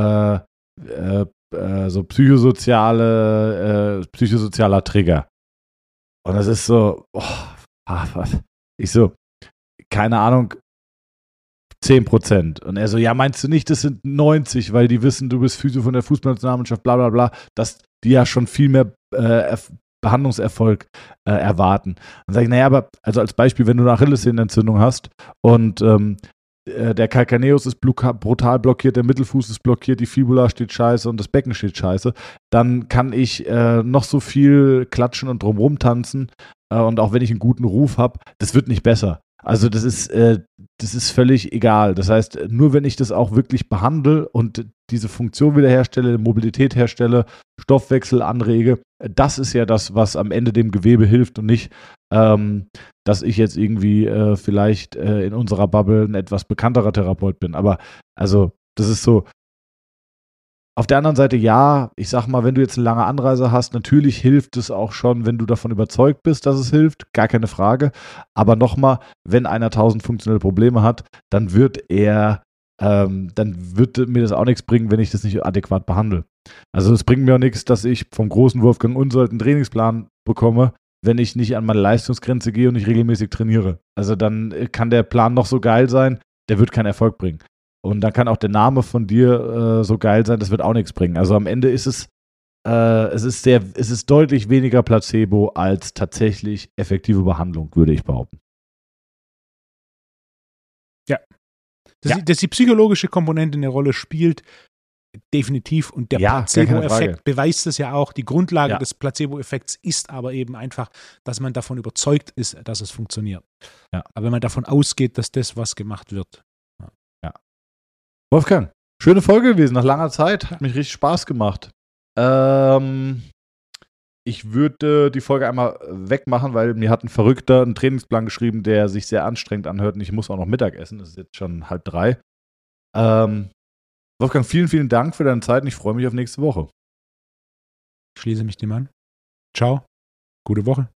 psychosozialer Trigger? Und das ist so, ich so, keine Ahnung, 10%. Und er so, ja, meinst du nicht, das sind 90, weil die wissen, du bist Physio von der Fußballnationalmannschaft, bla bla bla, dass die ja schon viel mehr Behandlungserfolg erwarten. Dann sage ich, naja, aber also als Beispiel, wenn du eine Achillessehnenentzündung hast und der Calcaneus ist brutal blockiert, der Mittelfuß ist blockiert, die Fibula steht scheiße und das Becken steht scheiße, dann kann ich noch so viel klatschen und drumrum tanzen und auch wenn ich einen guten Ruf habe, das wird nicht besser. Also das ist völlig egal. Das heißt, nur wenn ich das auch wirklich behandle und diese Funktion wiederherstelle, Mobilität herstelle, Stoffwechsel anrege, das ist ja das, was am Ende dem Gewebe hilft und nicht, dass ich jetzt irgendwie vielleicht in unserer Bubble ein etwas bekannterer Therapeut bin. Aber also das ist so. Auf der anderen Seite ja, ich sag mal, wenn du jetzt eine lange Anreise hast, natürlich hilft es auch schon, wenn du davon überzeugt bist, dass es hilft, gar keine Frage. Aber nochmal, wenn einer 1000 funktionelle Probleme hat, dann wird mir das auch nichts bringen, wenn ich das nicht adäquat behandle. Also es bringt mir auch nichts, dass ich vom großen Wolfgang Unsold einen Trainingsplan bekomme, wenn ich nicht an meine Leistungsgrenze gehe und nicht regelmäßig trainiere. Also dann kann der Plan noch so geil sein, der wird keinen Erfolg bringen. Und dann kann auch der Name von dir so geil sein, das wird auch nichts bringen. Also am Ende ist es ist deutlich weniger Placebo als tatsächlich effektive Behandlung, würde ich behaupten. Ja. Dass die psychologische Komponente eine Rolle spielt, definitiv. Und der Placebo-Effekt beweist das ja auch. Die Grundlage des Placebo-Effekts ist aber eben einfach, dass man davon überzeugt ist, dass es funktioniert. Ja. Aber wenn man davon ausgeht, dass das, was gemacht wird. Wolfgang, schöne Folge gewesen, nach langer Zeit. Hat mich richtig Spaß gemacht. Ich würde die Folge einmal wegmachen, weil mir hat ein Verrückter einen Trainingsplan geschrieben, der sich sehr anstrengend anhört und ich muss auch noch Mittag essen. Das ist jetzt schon 2:30. Wolfgang, vielen, vielen Dank für deine Zeit und ich freue mich auf nächste Woche. Ich schließe mich dem an. Ciao. Gute Woche.